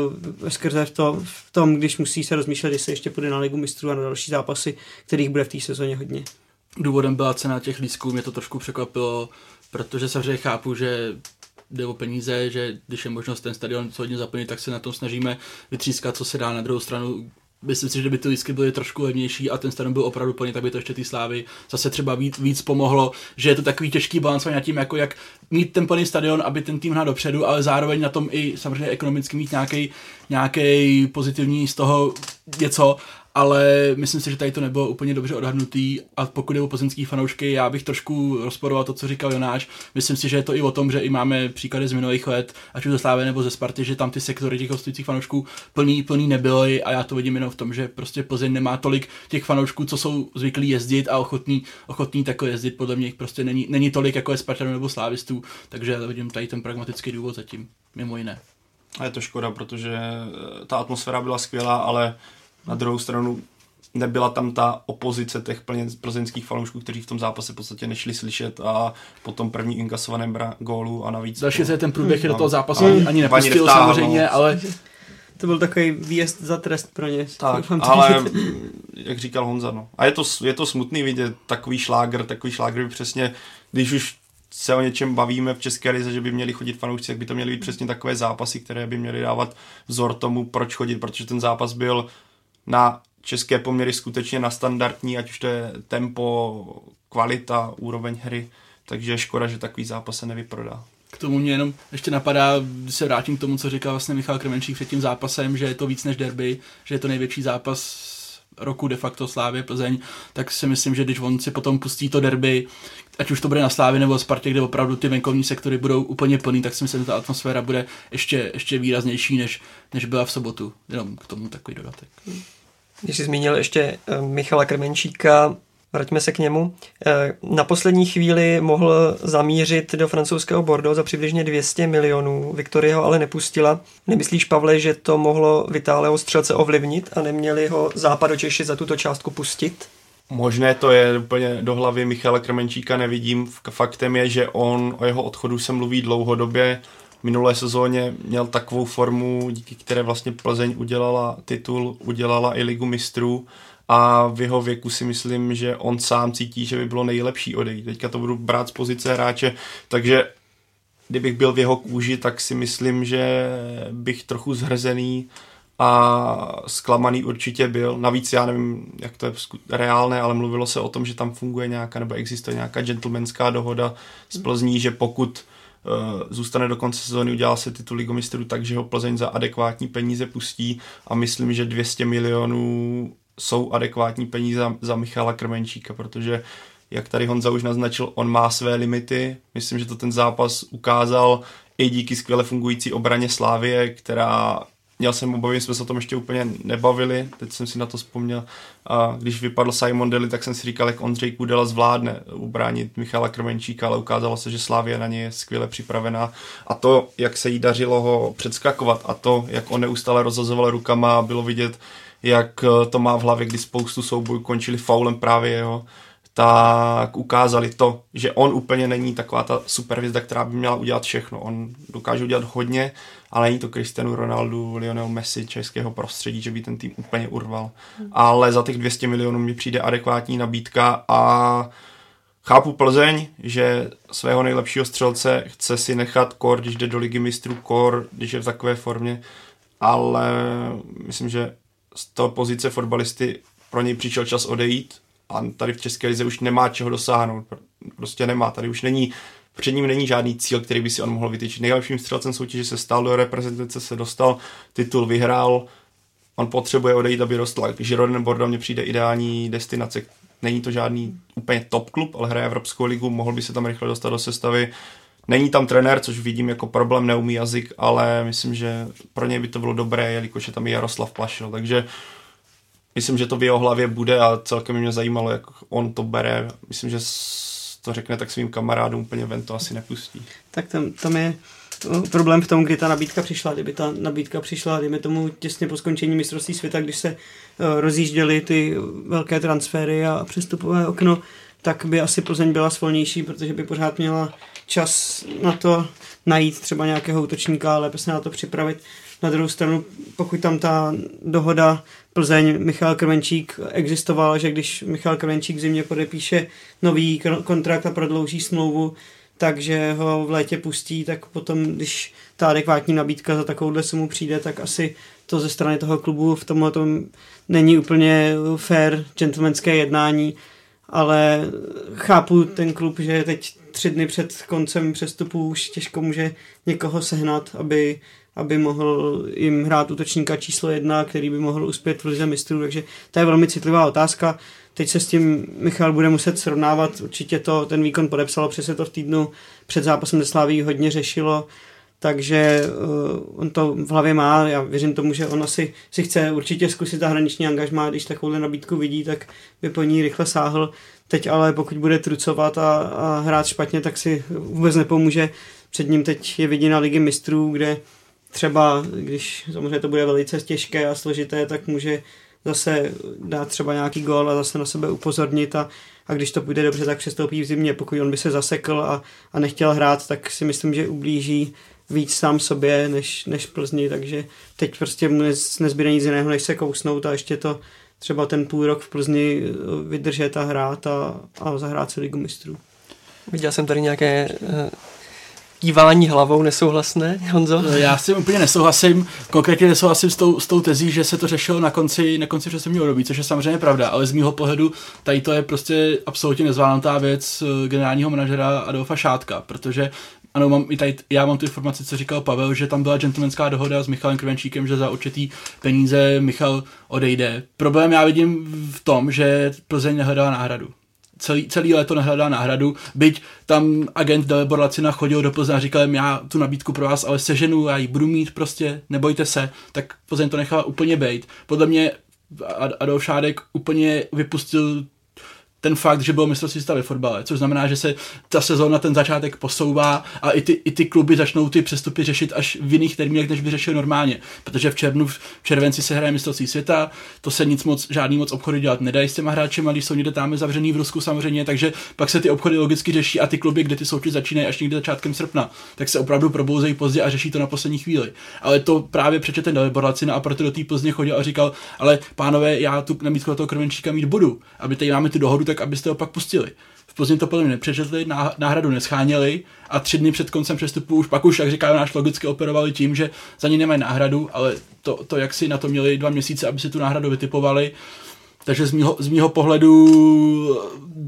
Skrze v, to, v tom, když musí se rozmýšlet, jestli ještě půjde na Ligu mistrů a na další zápasy, kterých bude v té sezóně hodně. Důvodem byla cena těch lístků, mě to trošku překvapilo, protože samozřejmě chápu, že jde o peníze, že když je možnost ten stadion hodně zaplnit, tak se na tom snažíme vytřískat, co se dá. Na druhou stranu myslím si, že kdyby ty lístky byly trošku levnější a ten stadion byl opravdu plný, tak by to ještě té Slávy zase třeba víc, víc pomohlo, že je to takový těžký balancování nad tím, jako jak mít ten plný stadion, aby ten tým hrál dopředu, ale zároveň na tom i samozřejmě ekonomicky mít nějaký nějaký pozitivní z toho něco, ale myslím si, že tady to nebylo úplně dobře odhadnutý a pokud je o plzeňský fanoušky, já bych trošku rozporoval to, co říkal Jonáš. Myslím si, že je to i o tom, že i máme příklady z minulých let, ať už ze Slávy nebo ze Sparty, že tam ty sektory těch hostujících fanoušků plný, plný nebyly a já to vidím jenom v tom, že prostě Plzeň nemá tolik těch fanoušků, co jsou zvyklí jezdit a ochotní, ochotní takhle jezdit, podle mě jich prostě není, není tolik jako je Spartanů nebo Slávistů, takže já vidím tady ten pragmatický důvod zatím, mimo jiné. A je to škoda, protože ta atmosféra byla skvělá, ale na druhou stranu nebyla tam ta opozice těch plzeňských fanoušků, kteří v tom zápase v podstatě nešli slyšet a po tom první inkasovaném bra- gólu a navíc... Další se ten průběh do toho zápasu ani, ani nepustil samozřejmě, ale... To byl takový výjezd za trest pro ně. Tak, ale jak říkal Honza, no. A je to, je to smutný vidět takový šlágr, takový šlágr by přesně, když už se o něčem bavíme v České lize, že by měli chodit fanoušci, tak by to měly být přesně takové zápasy, které by měly dávat vzor tomu, proč chodit, protože ten zápas byl na české poměry skutečně na standardní, ať už to je tempo, kvalita, úroveň hry, takže je škoda, že takový zápas se nevyprodá. K tomu mě jenom ještě napadá, když se vrátím k tomu, co říkal vlastně Michal Krmenčík před tím zápasem, že je to víc než derby, že je to největší zápas roku de facto Slávě Plzeň, tak si myslím, že když on si potom pustí to derby, ať už to bude na Slávě nebo Spartě, kde opravdu ty venkovní sektory budou úplně plný, tak si myslím, že ta atmosféra bude ještě, ještě výraznější, než, než byla v sobotu. Jenom k tomu takový dodatek. Když jsi zmínil ještě Michala Krmenčíka, vraťme se k němu. Na poslední chvíli mohl zamířit do francouzského Bordeaux za přibližně dvě stě milionů. Viktorie ho ale nepustila. Nemyslíš, Pavle, že to mohlo Vitálého střelce ovlivnit a neměli ho Západočeši za tuto částku pustit? Možné to je úplně do hlavy Michala Krmenčíka nevidím. Faktem je, že on o jeho odchodu se mluví dlouhodobě. V minulé sezóně měl takovou formu, díky které vlastně Plzeň udělala titul, udělala i Ligu mistrů a v jeho věku si myslím, že on sám cítí, že by bylo nejlepší odejít. Teďka to budu brát z pozice hráče, takže kdybych byl v jeho kůži, tak si myslím, že bych trochu zhrzený a zklamaný určitě byl. Navíc já nevím, jak to je reálné, ale mluvilo se o tom, že tam funguje nějaká, nebo existuje nějaká gentlemanská dohoda z Plzní, že pokud uh, zůstane do konce sezóny, udělá se titul ligomistrů tak, že ho Plzeň za adekvátní peníze pustí a myslím, že dvě stě milionů jsou adekvátní peníze za, za Michala Krmenčíka, protože jak tady Honza už naznačil, on má své limity. Myslím, že to ten zápas ukázal i díky skvěle fungující obraně Slavie, která, měl jsem obavy, jsme se o tom ještě úplně nebavili, teď jsem si na to vzpomněl. A když vypadl Simon Daly, tak jsem si říkal, jak Ondřej Kudela zvládne ubránit Michala Krmenčíka, ale ukázalo se, že Slavie na něj je skvěle připravená. A to, jak se jí dařilo ho předskakovat a to, jak on neustále rozhazoval rukama, bylo vidět, jak to má v hlavě, kdy spoustu soubojů končili faulem právě jeho, tak ukázali to, že on úplně není taková ta superhvězda, která by měla udělat všechno. On dokáže udělat hodně, ale není to Cristiano Ronaldo, Lionel Messi českého prostředí, že by ten tým úplně urval. Ale za těch dvě stě milionů mi přijde adekvátní nabídka a chápu Plzeň, že svého nejlepšího střelce chce si nechat kor, když jde do ligy mistrů, kor, když je v takové formě, ale myslím, že z toho pozice fotbalisty pro něj přišel čas odejít a tady v České lize už nemá čeho dosáhnout. Prostě nemá. Tady už není, před ním není žádný cíl, který by si on mohl vytyčit. Nejlepším střelcem soutěže se stal, do reprezentace se dostal, titul vyhrál, on potřebuje odejít, aby rostl. Girondin Bordeaux mně přijde ideální destinace. Není to žádný úplně top klub, ale hraje Evropskou ligu, mohl by se tam rychle dostat do sestavy. Není tam trenér, což vidím jako problém, neumí jazyk, ale myslím, že pro něj by to bylo dobré, jelikož je tam i Jaroslav Plašil. Takže myslím, že to v jeho hlavě bude a celkem mě zajímalo, jak on to bere. Myslím, že to řekne tak svým kamarádům, úplně ven to asi nepustí. Tak tam, tam je problém v tom, kdy ta nabídka přišla. Kdyby ta nabídka přišla, dejme tomu těsně po skončení mistrovství světa, když se rozjížděly ty velké transfery a přestupové okno, tak by asi Plzeň byla svolnější, protože by pořád měla čas na to najít třeba nějakého útočníka a lépe se na to připravit. Na druhou stranu, pokud tam ta dohoda Plzeň, Michal Krmenčík existovala, že když Michal Krmenčík v zimě podepíše nový kontrakt a prodlouží smlouvu, takže ho v létě pustí, tak potom, když ta adekvátní nabídka za takovouhle sumu přijde, tak asi to ze strany toho klubu v tomhle tom není úplně fair gentlemanské jednání, ale chápu ten klub, že teď tři dny před koncem přestupu už těžko může někoho sehnat, aby, aby mohl jim hrát útočníka číslo jedna, který by mohl uspět v lize mistrů, takže to je velmi citlivá otázka. Teď se s tím Michal bude muset srovnávat, určitě to ten výkon podepsalo, přesně to v týdnu před zápasem se Slaví hodně řešilo, takže uh, on to v hlavě má, já věřím tomu, že on asi si chce určitě zkusit zahraniční angažmá, když takovouhle nabídku vidí, tak by po ní rychle sáhl. Teď ale pokud bude trucovat a, a hrát špatně, tak si vůbec nepomůže. Před ním teď je vidina ligy mistrů, kde třeba, když samozřejmě to bude velice těžké a složité, tak může zase dát třeba nějaký gól a zase na sebe upozornit a, a když to půjde dobře, tak přestoupí v zimě. Pokud on by se zasekl a, a nechtěl hrát, tak si myslím, že ublíží víc sám sobě než, než Plzni, takže teď prostě mu nezbyde nic jiného, než se kousnout a ještě to třeba ten půl rok v Plzni vydržet a hrát a, a zahrát si ligu mistrů. Viděl jsem tady nějaké uh, kývání hlavou nesouhlasné, Honzo? Já s tím úplně nesouhlasím, konkrétně nesouhlasím s tou, s tou tezí, že se to řešilo na konci, na konci přestupního období, což je samozřejmě pravda, ale z mýho pohledu tady to je prostě absolutně nezvládnutá věc generálního manažera Adolfa Šátka, protože ano, mám i tady, já mám tu informaci, co říkal Pavel, že tam byla gentlemanská dohoda s Michalem Krmenčíkem, že za určitý peníze Michal odejde. Problém já vidím v tom, že Plzeň nehledala náhradu. Celý, celý léto nehledá náhradu, byť tam agent Dalibor Lacina chodil do Plzně a říkal jim, já tu nabídku pro vás ale seženu, já ji budu mít prostě, nebojte se, tak Plzeň to nechala úplně bejt. Podle mě Adolf Šádek úplně vypustil ten fakt, že bylo mistrovství světa ve fotbale, což znamená, že se ta sezóna, ten začátek posouvá a i ty, i ty kluby začnou ty přestupy řešit až v jiných termínech, než by řešil normálně, protože v červnu, v červenci se hraje mistrovství světa, to se nic moc, žádný moc obchody dělat nedají s těma hráčema, když jsou někde tam zavřený v Rusku samozřejmě, takže pak se ty obchody logicky řeší a ty kluby, kde ty soutěže začínají až někdy začátkem srpna, tak se opravdu probouzejí pozdě a řeší to na poslední chvíli. Ale to právě přečet ten Dalibor Lacina a proto do té Plzně chodil a říkal, ale pánové, já tu nabídku toho Krmenčíka mít budu, aby tady máme tu dohodu, tak abyste ho pak pustili. v Plzni to podle mě nepřečetli, náhradu nescháněli a tři dny před koncem přestupu už pak už, jak říká náš, logicky operovali tím, že za ní nemají náhradu, ale to, to jak si na to měli dva měsíce, aby si tu náhradu vytipovali. Takže z mýho, z mýho pohledu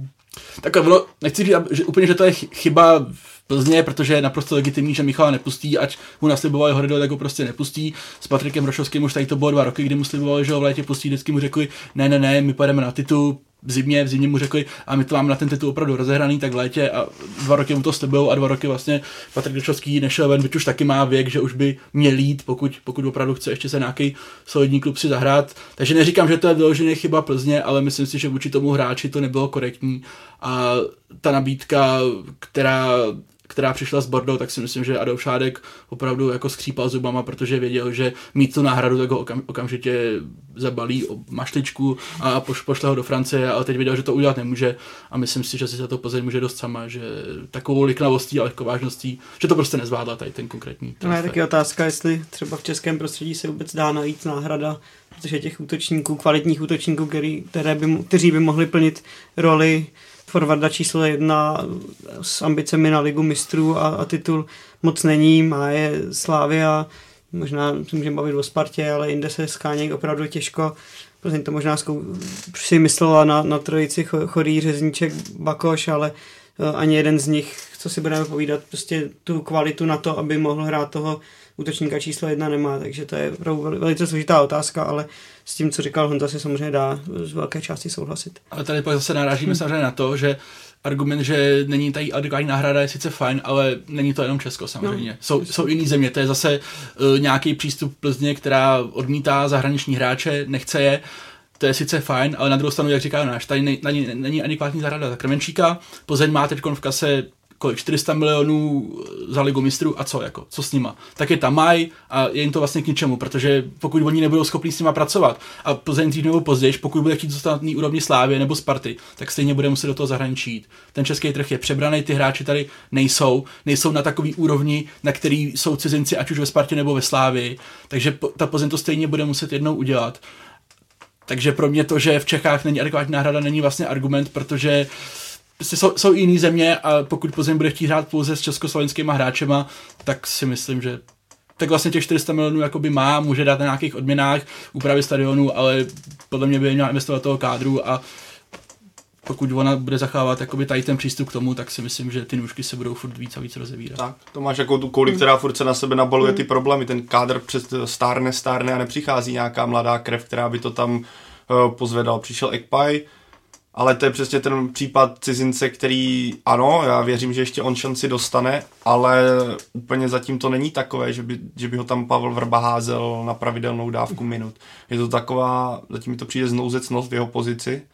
takhle bylo, nechci říct, že úplně, že to je chyba v Plzně, protože je naprosto legitimní, že Michala nepustí, ať mu naslibovali Hordo, tak ho prostě nepustí. S Patrikem Rošovským už tady to bylo dva roky, kdy mu slibovali, že ho v létě pustí, vždycky mu řekli, ne, ne, ne, my pojedeme na titul, v zimě, v zimě mu řekli, a my to máme na ten titul opravdu rozehraný, tak v létě a dva roky mu to slibujou a dva roky vlastně Patrik Rošovský nešel ven, byť už taky má věk, že už by měl jít, pokud, pokud opravdu chce ještě se nějaký solidní klub si zahrát. Takže neříkám, že to je vyloženě chyba Plzně, ale myslím si, že vůči tomu hráči to nebylo korektní a ta nabídka, která která přišla z Bordeaux, tak si myslím, že Adolf Šádek opravdu jako skřípal zubama, protože věděl, že mít tu náhradu, tak ho okam, okamžitě zabalí o mašličku a poš, pošle ho do Francie, ale teď věděl, že to udělat nemůže a myslím si, že si za to Plzeň může dost sama, že takovou liknavostí a lehkovážností, že to prostě nezvládla tady ten konkrétní transfer. No je taky otázka, jestli třeba v českém prostředí se vůbec dá najít náhrada, protože těch útočníků, kvalitních útočníků, který, které by, kteří by mohli plnit roli forwarda číslo jedna s ambicemi na ligu mistrů a, a titul moc není, má je Slavia, možná si můžeme bavit o Spartě, ale jinde se skánějí opravdu těžko. Plzeň to možná zkou, si myslela na, na trojici Chorý, Řezníček, Bakoš, ale uh, ani jeden z nich, co si budeme povídat, prostě tu kvalitu na to, aby mohl hrát toho útočníka číslo jedna nemá, takže to je velice složitá otázka, ale s tím, co říkal Honza, si samozřejmě dá z velké části souhlasit. Ale tady pak zase narážíme hmm. samozřejmě na to, že argument, že není tady adekvátní náhrada, je sice fajn, ale není to jenom Česko samozřejmě. No. Jsou, jsou jiný země, to je zase uh, nějaký přístup Plzně, která odmítá zahraniční hráče, nechce je. To je sice fajn, ale na druhou stranu, jak říká náš, tady není, není adekvátní záhrada za Krmenčíka. Plzeň má teď v kase kolik, čtyři sta milionů za ligu mistrů a co, jako, co s nima. Tak je tam mají a je jim to vlastně k ničemu, protože pokud oni nebudou schopni s nima pracovat a Plzeň dřív nebo později, pokud bude chtít zůstat na úrovni Slávy nebo Sparty, tak stejně bude muset do toho zahraničí jít. Ten český trh je přebraný, ty hráči tady nejsou, nejsou na takový úrovni, na který jsou cizinci, ať už ve Spartě nebo ve Slávii, takže ta Plzeň to stejně bude muset jednou udělat. Takže pro mě to, že v Čechách není adekvátní náhrada, není vlastně argument, protože jsou, jsou jiný země a pokud Plzeň bude chtít hrát pouze s československýma hráčema, tak si myslím, že tak vlastně těch čtyři sta milionů jakoby má, může dát na nějakých odměnách, úpravy stadionu, ale podle mě by měla investovat toho kádru a pokud ona bude zachovávat jakoby tady ten přístup k tomu, tak si myslím, že ty nůžky se budou furt víc a víc rozevírat. Tak, to máš jako tu kouli, která furt se na sebe nabaluje ty problémy, ten kádr přes stárne, stárne a nepřichází nějaká mladá krev, která by to tam uh, pozvedal. Přišel Ekpaj, ale to je přesně ten případ cizince, který, ano, já věřím, že ještě on šanci dostane, ale úplně zatím to není takové, že by, že by ho tam Pavel Vrba házel na pravidelnou dávku minut. Je to taková, zatím mi to přijde znouzecnost v jeho pozici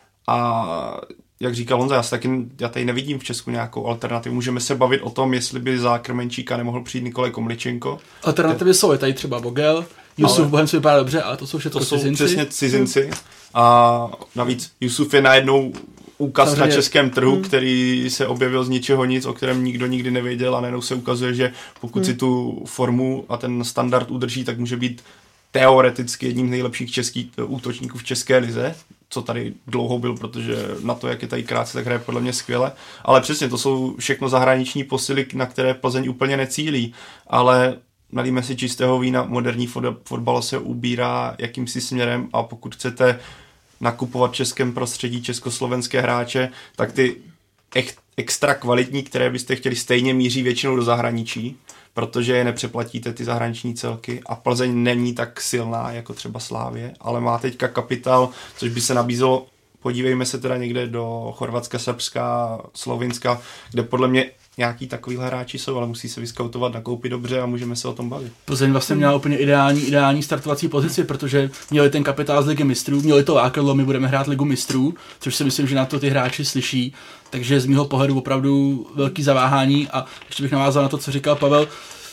a jak říkal Honza, já, taky, já tady nevidím v Česku nějakou alternativu. Můžeme se bavit o tom, jestli by za Krmenčíka nemohl přijít Nikolaj Komličenko. Alternativy jsou, je tady třeba Bogel, Jusuf Bohem se vypadá dobře, ale to jsou všechno cizinci. To jsou přesně cizinci. A navíc Jusuf je najednou úkaz Samozřejmě. na českém trhu, hmm. který se objevil z ničeho nic, o kterém nikdo nikdy nevěděl a najednou se ukazuje, že pokud hmm. si tu formu a ten standard udrží, tak může být teoreticky jedním z nejlepších českých útočníků v české lize, co tady dlouho byl, protože na to, jak je tady krátce, tak hraje podle mě skvěle. Ale přesně, to jsou všechno zahraniční posily, na které Plzeň úplně necílí. Ale nalíme si čistého vína, moderní fotbal se ubírá jakýmsi směrem a pokud chcete nakupovat v českém prostředí československé hráče, tak ty extra kvalitní, které byste chtěli, stejně míří většinou do zahraničí, protože je nepřeplatíte ty zahraniční celky a Plzeň není tak silná jako třeba Slávie, ale má teďka kapitál, což by se nabízelo, podívejme se teda někde do Chorvatska, Srbska, Slovinska, kde podle mě nějaký takovýhle hráči jsou, ale musí se vyskautovat, nakoupit dobře a můžeme se o tom bavit. Plzeň vlastně měla úplně ideální, ideální startovací pozici, protože měli ten kapitál z Ligy mistrů, měli to lákadlo, my budeme hrát Ligu mistrů, což si myslím, že na to ty hráči slyší, takže z mýho pohledu opravdu velký zaváhání a ještě bych navázal na to, co říkal Pavel,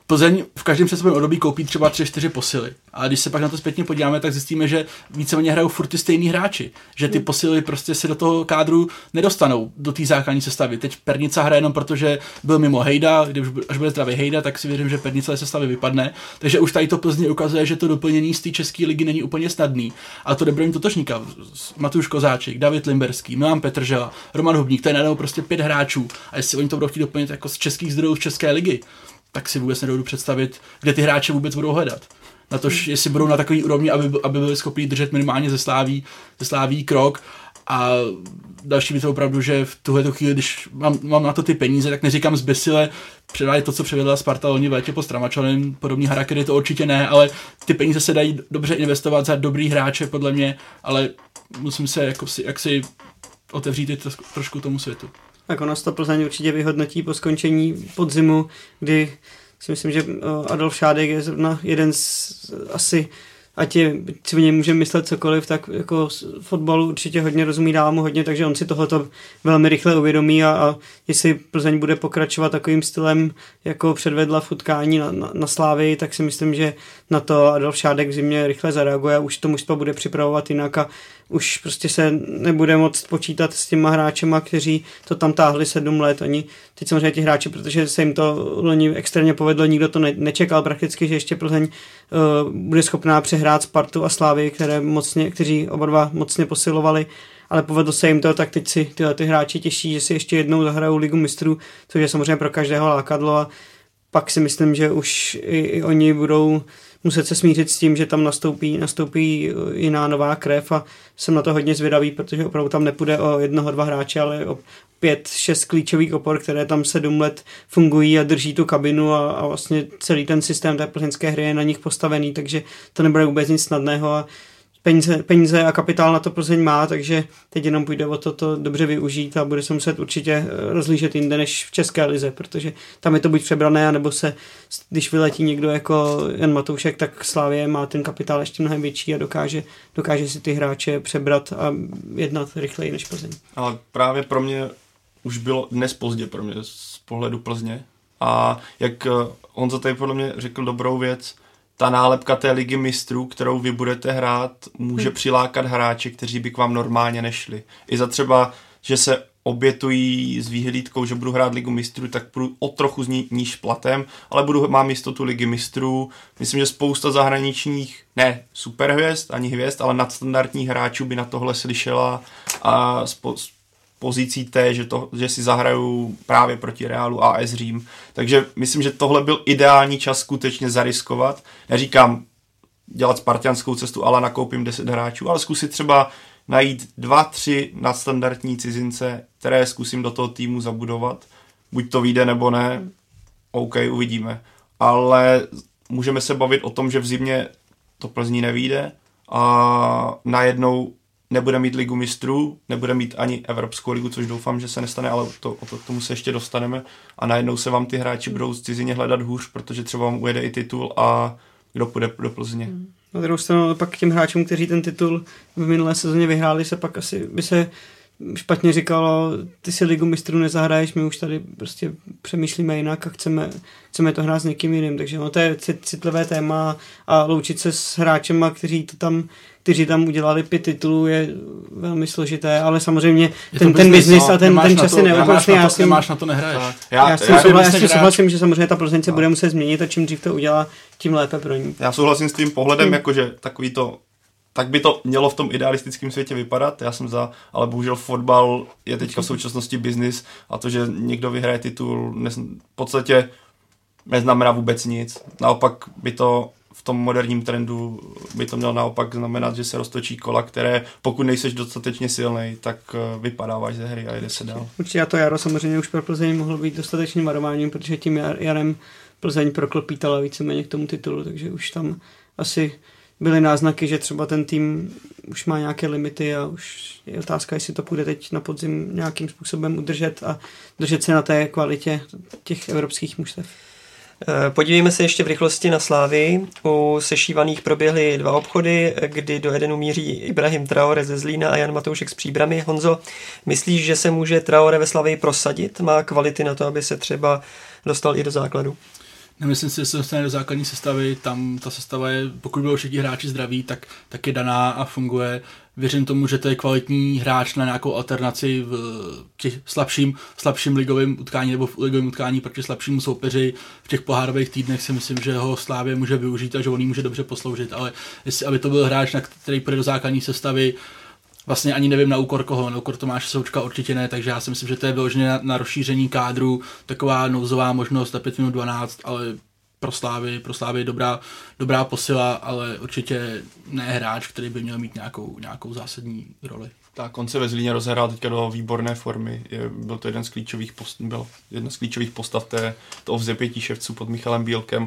Plzeň v každém přestupovém období koupí třeba tři čtyři posily. A když se pak na to zpětně podíváme, tak zjistíme, že víceméně hrajou furt ty stejný hráči. Že ty posily prostě se do toho kádru nedostanou, do té základní sestavy. Teď Pernica hraje jenom proto, že byl mimo Hejda, když až bude zdravý Hejda, tak si věřím, že Pernica ze sestavy vypadne. Takže už tady to Plzni ukazuje, že to doplnění z té české ligy není úplně snadný. A to dobrým totožníka. Matouš Kozáček, David Limberský, Milan Petržela, Roman Hubník, to je najednou prostě pět hráčů. A jestli oni to budou chtít doplnit jako z českých zdrojů z české ligy, tak si vůbec nedovedu představit, kde ty hráče vůbec budou hledat. Na to, jestli budou na takový úrovni, aby, aby byli schopni držet minimálně ze Sláví, ze Sláví krok. A další věc je opravdu, že v tuhle chvíli, když mám, mám na to ty peníze, tak neříkám zbesile předávat to, co předvedla Sparta loni v létě pod Stramačanem, podobný charaktery, to určitě ne, ale ty peníze se dají dobře investovat za dobrý hráče, podle mě, ale musím se jako si, jak si otevřít trošku, trošku tomu světu. Tak ono to Plzeň určitě vyhodnotí po skončení podzimu, kdy si myslím, že Adolf Šádek je zrovna jeden z asi, ať je, si v něm můžeme myslet cokoliv, tak jako fotbalu určitě hodně rozumí, dává mu hodně, takže on si tohleto velmi rychle uvědomí a, a jestli Plzeň bude pokračovat takovým stylem, jako předvedla v utkání na, na, na Slávii, tak si myslím, že na to Adolf Šádek v zimě rychle zareaguje a už to mužstvo bude připravovat jinak a už prostě se nebude moct počítat s těma hráčema, kteří to tam táhli sedm let. Oni teď samozřejmě ti hráči, protože se jim to loni extrémně povedlo, nikdo to ne- nečekal prakticky, že ještě Plzeň uh, bude schopná přehrát Spartu a Slávy, které mocně, kteří oba dva mocně posilovali, ale povedlo se jim to, tak teď si tyhle ty hráči těší, že si ještě jednou zahrajou Ligu mistrů, což je samozřejmě pro každého lákadlo a pak si myslím, že už i, i oni budou muset se smířit s tím, že tam nastoupí, nastoupí jiná nová krev a jsem na to hodně zvědavý, protože opravdu tam nepůjde o jednoho, dva hráče, ale o pět, šest klíčových opor, které tam sedm let fungují a drží tu kabinu a, a vlastně celý ten systém té plzeňské hry je na nich postavený, takže to nebude vůbec nic snadného a Peníze, peníze a kapitál na to Plzeň má, takže teď jenom půjde o to, to dobře využít a bude se muset určitě rozlížet jinde než v české lize, protože tam je to buď přebrané, anebo se, když vyletí někdo jako Jan Matoušek, tak Slavie má ten kapitál ještě mnohem větší a dokáže, dokáže si ty hráče přebrat a jednat rychleji než Plzeň. Ale právě pro mě už bylo dnes pozdě pro mě z pohledu Plzně a jak Honza tady podle mě řekl dobrou věc, ta nálepka té ligy mistrů, kterou vy budete hrát, může hmm. přilákat hráče, kteří by k vám normálně nešli. I za třeba, že se obětují s výhlídkou, že budu hrát ligu mistrů, tak budu o trochu ní, níž platem, ale budu, mám jistotu ligy mistrů. Myslím, že spousta zahraničních, ne superhvězd, ani hvězd, ale nadstandardních hráčů by na tohle slyšela a spo, pozicí té, že, to, že si zahrajou právě proti Realu A S Řím. Takže myslím, že tohle byl ideální čas skutečně zariskovat. Neříkám dělat spartianskou cestu, ale nakoupím deset hráčů, ale zkusit třeba najít dva, tři nadstandardní cizince, které zkusím do toho týmu zabudovat. Buď to vyjde nebo ne, OK, uvidíme. Ale můžeme se bavit o tom, že v zimě to Plzni nevyjde a najednou nebude mít ligu mistrů, nebude mít ani Evropskou ligu, což doufám, že se nestane, ale to, to, k tomu se ještě dostaneme. A najednou se vám ty hráči budou z cizině hledat hůř, protože třeba vám ujede i titul a kdo půjde do Plzně. Na druhou stranu pak k těm hráčům, kteří ten titul v minulé sezóně vyhráli, se pak asi by se špatně říkalo, ty si ligu mistrů nezahraješ, my už tady prostě přemýšlíme jinak a chceme, chceme to hrát s někým jiným, takže no, to je citlivé téma a loučit se s hráčema, kteří to tam kteří tam udělali pět titulů, je velmi složité, ale samozřejmě ten, ten biznis a ten, ten čas je neúprostný. Já si máš na to nehraješ. Já, já, já, já, já s tím souhlasím, že samozřejmě ta Plzeň se bude muset změnit a čím dřív to udělá, tím lépe pro ní. Já souhlasím s tím pohledem, hmm. jakože takový to, tak by to mělo v tom idealistickém světě vypadat, já jsem za, ale bohužel fotbal je teďka v současnosti biznis a to, že někdo vyhraje titul, ne, v podstatě neznamená vůbec nic. Naopak by to v tom moderním trendu by to mělo naopak znamenat, že se roztočí kola, které pokud nejseš dostatečně silnej, tak vypadáváš ze hry a jde se dál. Určitě a to jaro samozřejmě už pro Plzeň mohlo být dostatečným varováním, protože tím jarem Plzeň proklopítala víceméně k tomu titulu, takže už tam asi byly náznaky, že třeba ten tým už má nějaké limity a už je otázka, jestli to půjde teď na podzim nějakým způsobem udržet a držet se na té kvalitě těch evropských mužstev. Podívejme se ještě v rychlosti na Slávii. U sešívaných proběhly dva obchody, kdy do Edenu míří Ibrahim Traore ze Zlína a Jan Matoušek z Příbrami. Honzo, myslíš, že se může Traore ve Slavii prosadit? Má kvality na to, aby se třeba dostal i do základu? Nemyslím si, že se dostane do základní sestavy, tam ta sestava je, pokud budou všichni hráči zdraví, tak, tak je daná a funguje. Věřím tomu, že to je kvalitní hráč na nějakou alternaci v těch slabším, slabším ligovém utkání nebo v ligovém utkání proti slabšímu soupeři. V těch pohárových týdnech si myslím, že ho Slavia může využít a že on jí může dobře posloužit, ale jestli aby to byl hráč, na který půjde do základní sestavy, vlastně ani nevím na úkor koho, na úkor Tomáše Součka určitě ne, takže já si myslím, že to je vyloženě na, na rozšíření kádru, taková nouzová možnost na pět minut dvanáct, ale pro Slávy, pro Slávy dobrá, dobrá posila, ale určitě ne hráč, který by měl mít nějakou, nějakou zásadní roli. Tak on se ve Zlíně rozhrál teďka do výborné formy, je, byl to jeden z klíčových, post, byl jedna z klíčových postav té, toho vzepětí ševců pod Michalem Bílkem.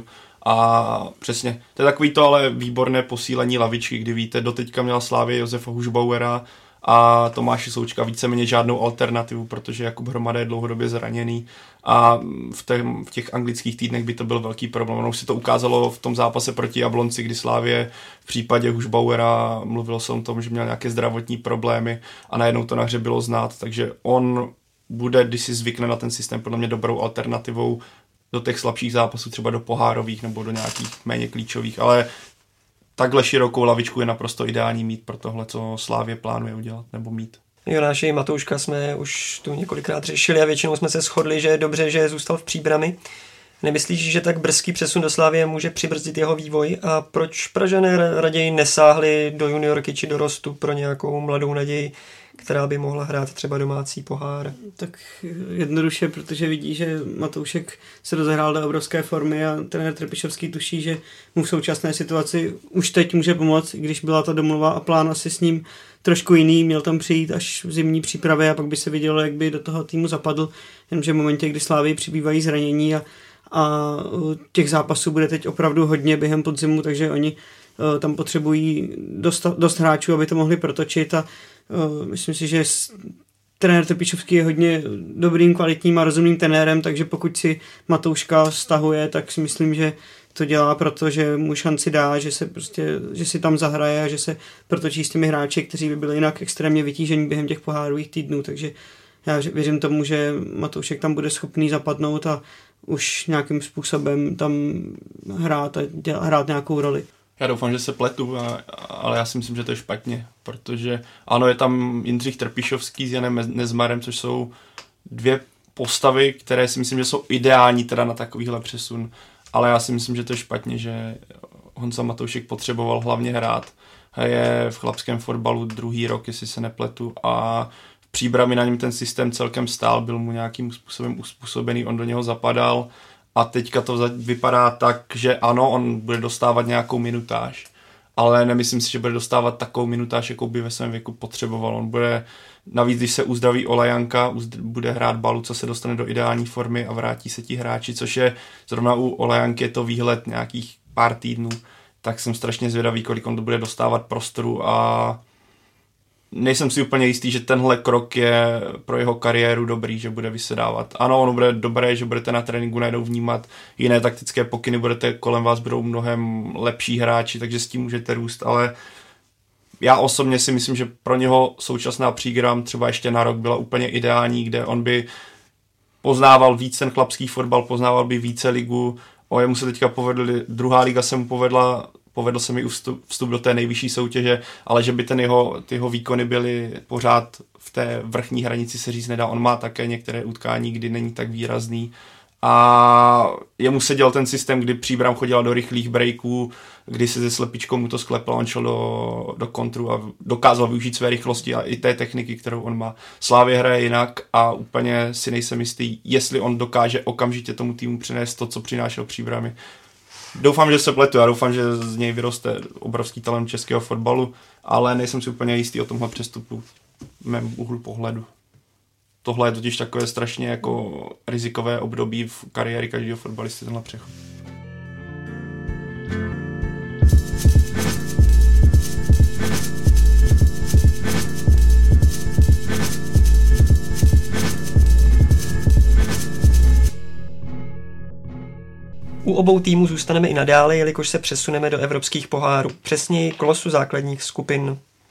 A přesně, to je takový to ale výborné posílení lavičky, kdy víte, doteďka měla Slávě Josefa Hušbauera a Tomáše Součka víceméně žádnou alternativu, protože Jakub Hromada je dlouhodobě zraněný a v, tém, v těch anglických týdnech by to byl velký problém. Ono už se to ukázalo v tom zápase proti Jablonci, kdy Slávě v případě Hušbauera mluvilo se o tom, že měl nějaké zdravotní problémy a najednou to na hře bylo znát, takže on bude, když si zvykne na ten systém, podle mě dobrou alternativou do těch slabších zápasů, třeba do pohárových nebo do nějakých méně klíčových, ale takhle širokou lavičku je naprosto ideální mít pro tohle, co Slávě plánuje udělat nebo mít. Jonáši Matouška jsme už tu několikrát řešili a většinou jsme se shodli, že je dobře, že zůstal v Příbrami. Nemyslíš, že tak brzký přesun do Slávie může přibrzdit jeho vývoj a proč Pražané raději nesáhli do juniorky či dorostu pro nějakou mladou naději, která by mohla hrát třeba domácí pohár? Tak jednoduše, protože vidí, že Matoušek se rozehrál do obrovské formy a trenér Trpišovský tuší, že mu v současné situaci už teď může pomoct, když byla ta domluva a plán asi s ním trošku jiný, měl tam přijít až v zimní přípravě a pak by se vidělo, jak by do toho týmu zapadl, jenomže v momentě, kdy Slávii přibývají zranění a, a těch zápasů bude teď opravdu hodně během podzimu, takže oni tam potřebují dost, dost hráčů, aby to mohli protočit a uh, myslím si, že trenér Trpišovský je hodně dobrým, kvalitním a rozumným trenérem, takže pokud si Matouška stahuje, tak si myslím, že to dělá, protože mu šanci dá, že se prostě, že si tam zahraje a že se protočí s těmi hráči, kteří by byli jinak extrémně vytížení během těch pohárových týdnů, takže já věřím tomu, že Matoušek tam bude schopný zapadnout a už nějakým způsobem tam hrát a dělat, hrát nějakou roli. Já doufám, že se pletu, ale já si myslím, že to je špatně, protože ano, je tam Jindřich Trpišovský s Janem Nezmarem, což jsou dvě postavy, které si myslím, že jsou ideální teda na takovýhle přesun, ale já si myslím, že to je špatně, že Honza Matoušek potřeboval hlavně hrát. Je v chlapském fotbalu druhý rok, jestli se nepletu, a v Příbrami na něm ten systém celkem stál, byl mu nějakým způsobem uspůsobený, on do něho zapadal. A teďka to vypadá tak, že ano, on bude dostávat nějakou minutáž, ale nemyslím si, že bude dostávat takovou minutáž, jakou by ve svém věku potřeboval. On bude, navíc když se uzdraví Olajanka, bude hrát Balu, co se dostane do ideální formy a vrátí se ti hráči, což je zrovna u Olajanky je to výhled nějakých pár týdnů, tak jsem strašně zvědavý, kolik on to bude dostávat prostoru a nejsem si úplně jistý, že tenhle krok je pro jeho kariéru dobrý, že bude vysedávat. Ano, ono bude dobré, že budete na tréninku najednou vnímat jiné taktické pokyny, budete kolem vás budou mnohem lepší hráči, takže s tím můžete růst, ale já osobně si myslím, že pro něho současná Přígram třeba ještě na rok byla úplně ideální, kde on by poznával víc ten chlapský fotbal, poznával by více ligu, o jemu se teďka povedl, druhá liga se mu povedla, povedl se mi vstup, vstup do té nejvyšší soutěže, ale že by ten jeho, ty jeho výkony byly pořád v té vrchní hranici, se říct nedá. On má také některé utkání, kdy není tak výrazný a jemu seděl ten systém, kdy Příbram chodila do rychlých breaků, kdy se ze slepičkou mu to skleplo, on šel do, do kontru a dokázal využít své rychlosti a i té techniky, kterou on má. Slávě hraje jinak a úplně si nejsem jistý, jestli on dokáže okamžitě tomu týmu přinést to, co přinášel Příbrami. Doufám, že se pletu, já doufám, že z něj vyroste obrovský talent českého fotbalu, ale nejsem si úplně jistý o tomhle přestupu v mém úhlu pohledu. Tohle je totiž takové strašně jako rizikové období v kariéře každého fotbalisty, tenhle přechod. U obou týmů zůstaneme i nadále, jelikož se přesuneme do evropských pohárů, přesněji k losu základních skupin.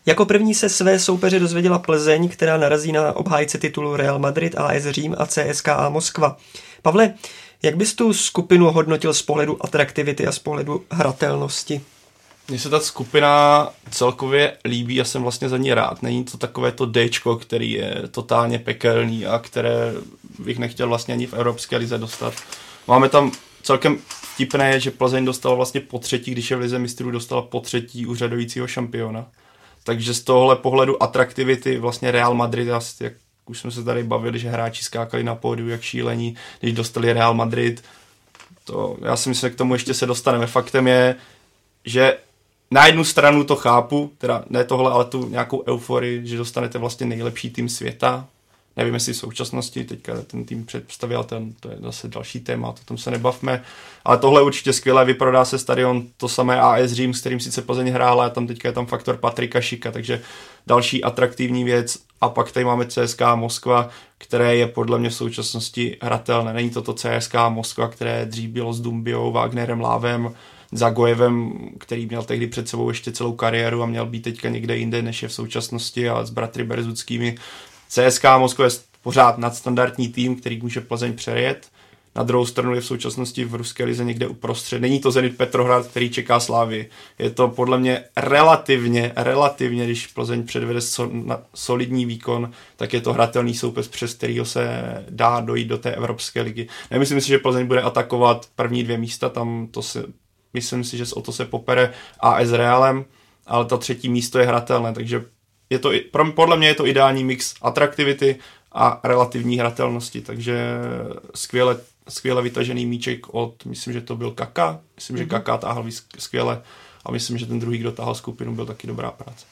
Jako první se své soupeře dozvěděla Plzeň, která narazí na obhájce titulu Real Madrid, A S Řím a C S K A Moskva. Pavle, jak bys tu skupinu hodnotil z pohledu atraktivity a z pohledu hratelnosti? Mně se ta skupina celkově líbí a jsem vlastně za ní rád. Není to takové to Dčko, který je totálně pekelný a které bych nechtěl vlastně ani v Evropské lize dostat. Máme tam celkem vtipné, že Plzeň dostala vlastně po třetí, když je v lize mistrů, dostala po třetí úřadujícího šampiona. Takže z tohohle pohledu atraktivity vlastně Real Madrid, jak už jsme se tady bavili, že hráči skákali na pódiu jak šílení, když dostali Real Madrid. To, já si myslím, že k tomu ještě se dostaneme. Faktem je, že na jednu stranu to chápu, teda ne tohle, ale tu nějakou euforii, že dostanete vlastně nejlepší tým světa. Nevím, jestli v současnosti, teďka ten tým představil, ten, to je zase další téma, o tom se nebavme. Ale tohle je určitě skvělé, vyprodá se stadion, to samé A S Řím, s kterým sice Plzeň hrála, a tam teďka je tam faktor Patrika Šika, takže další atraktivní věc. A pak tady máme C S K A Moskva, které je podle mě v současnosti hratelné. Není to to C S K A Moskva, které dřív bylo s Dumbiou, Wagnerem, Lávem, Zagojevem, který měl tehdy před sebou ještě celou kariéru a měl být teďka někde jinde, než je v současnosti, a s bratry Berzuckými. C S K A Moskva je pořád nadstandardní tým, který může Plzeň přejet. Na druhou stranu je v současnosti v ruské lize někde uprostřed. Není to Zenit Petrohrad, který čeká Slávy. Je to podle mě relativně, relativně, když Plzeň předvede solidní výkon, tak je to hratelný soupeř, přes kterýho se dá dojít do té Evropské ligy. Nemyslím si, že Plzeň bude atakovat první dvě místa, tam to se, myslím si, že o to se popere A S Realem, ale to třetí místo je hratelné, takže je to, podle mě je to ideální mix atraktivity a relativní hratelnosti, takže skvěle, skvěle vytažený míček od, myslím, že to byl Kaka, myslím, že Kaka táhl skvěle a myslím, že ten druhý, kdo táhl skupinu, byl taky dobrá práce.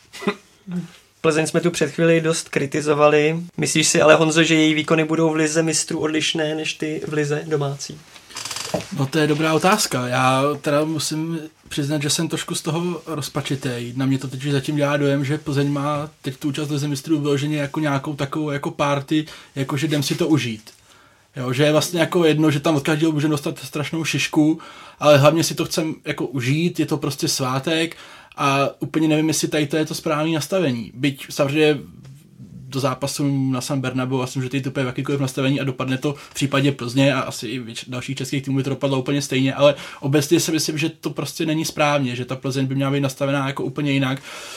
Plzeň jsme tu před chvíli dost kritizovali. Myslíš si ale, Honzo, že její výkony budou v lize mistrů odlišné než ty v lize domácí? No to je dobrá otázka. Já teda musím přiznat, že jsem trošku z toho rozpačitej. Na mě to teď zatím dělá dojem, že Plzeň má teď tu účast lize mistrů vyloženě jako nějakou takovou jako party, jako že jdem si to užít. Jo, že je vlastně jako jedno, že tam od každého můžeme dostat strašnou šišku, ale hlavně si to chcem jako užít, je to prostě svátek a úplně nevím, jestli tady to je to správné nastavení. Byť samozřejmě do zápasu na San Bernabeu, asi můžete jít úplně v jakýkoliv nastavení a dopadne to v případě Plzně a asi i dalších českých týmů by to dopadlo úplně stejně, ale obecně si myslím, že to prostě není správně, že ta Plzeň by měla být nastavená jako úplně jinak.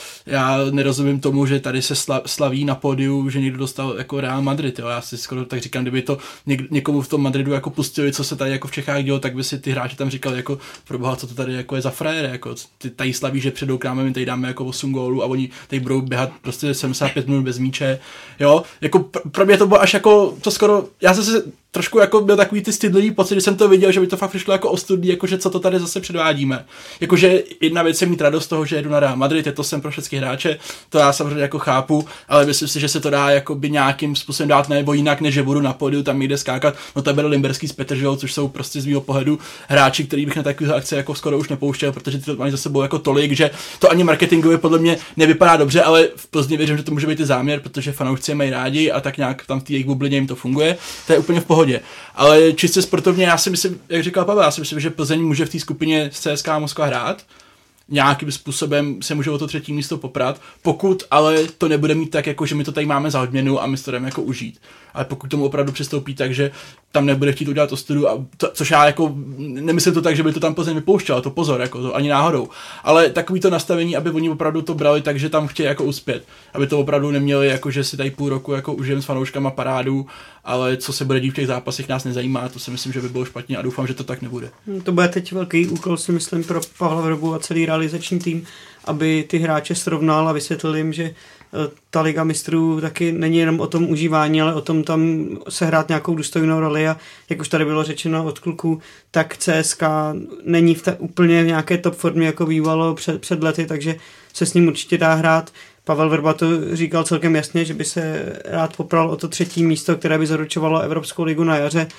Já nerozumím tomu, že tady se slaví na pódiu, že někdo dostal jako Real Madrid, jo. Já si skoro tak říkám, kdyby to něk- někomu v tom Madridu jako pustili, co se tady jako v Čechách dělo, tak by si ty hráči tam říkali jako proboha, co to tady jako je za frajer, jako ty tady slaví, že předou k nám, my tady dáme jako osm gólů a oni tady budou běhat prostě sedmdesát pět minut bez míče, jo. Jako pr- pro mě to bylo až jako to skoro, já jsem se trošku jako byl takový ty stydlivý pocit, když jsem to viděl, že by to fakt přišlo jako ostudný, jakože co to tady zase předvádíme. Jakože jedna věc je mít radost z toho, že jedu na Real Madrid, je to sem pro všechny hráče, to já samozřejmě jako chápu, ale myslím si, že se to dá jako by nějakým způsobem dát nebo jinak, než že budu na pódiu tam někde skákat. No to byl Limberský s Petrželou, což jsou prostě z mého pohledu hráči, který bych na takové akce jako skoro už nepouštěl, protože ty to mají za sebou jako tolik, že to ani marketingově podle mě nevypadá dobře, ale v Plzni věřím, že to může být i záměr, protože fanoušci je mají rádi a tak nějak tam v té jejich bublině jim to funguje. To je úplně v pohodě. Ale čistě sportovně, já si myslím, jak říkal Pavel, já si myslím, že Plzeň může v té skupině s C S K A Moskva hrát. Nějakým způsobem se může o to třetí místo poprat, pokud ale to nebude mít tak, jako že my to tady máme za odměnu a my to jdeme jako užít. Ale pokud tomu opravdu přistoupí tak, že tam nebude chtít udělat ostudu, a to, což já jako nemyslím to tak, že by to tam Plzeň vypouštěl, to pozor, jako to ani náhodou. Ale takový to nastavení, aby oni opravdu to brali tak, že tam chtějí jako uspět. Aby to opravdu neměli jako, že si tady půl roku jako užijeme s fanouškama parádu, ale co se bude dít v těch zápasech nás nezajímá, to si myslím, že by bylo špatně a doufám, že to tak nebude. To bude teď velký úkol, si myslím, pro Pavla Vrbu a celý realizační tým, aby ty hráče srovnal a vysvětlil jim, že ta Liga mistrů taky není jenom o tom užívání, ale o tom tam sehrát nějakou důstojnou roli a jak už tady bylo řečeno od kluků, tak C S K není v té úplně v nějaké top formě, jako bývalo před, před lety, takže se s ním určitě dá hrát. Pavel Vrba to říkal celkem jasně, že by se rád popral o to třetí místo, které by zaručovalo Evropskou ligu na jaře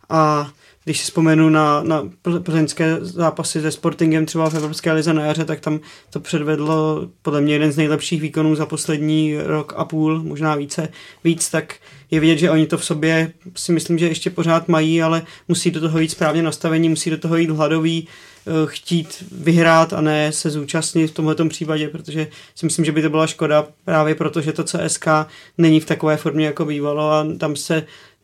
a když si vzpomenu na, na plzeňské zápasy se Sportingem třeba v Evropské lize na jaře, tak tam to předvedlo podle mě jeden z nejlepších výkonů za poslední rok a půl, možná více, víc, tak je vidět, že oni to v sobě si myslím, že ještě pořád mají, ale musí do toho jít správně nastavení, musí do toho jít hladový, chtít vyhrát a ne se zúčastnit v tomhletom případě, protože si myslím, že by to byla škoda právě proto, že to C S K není v takové formě, jako bývalo a tam se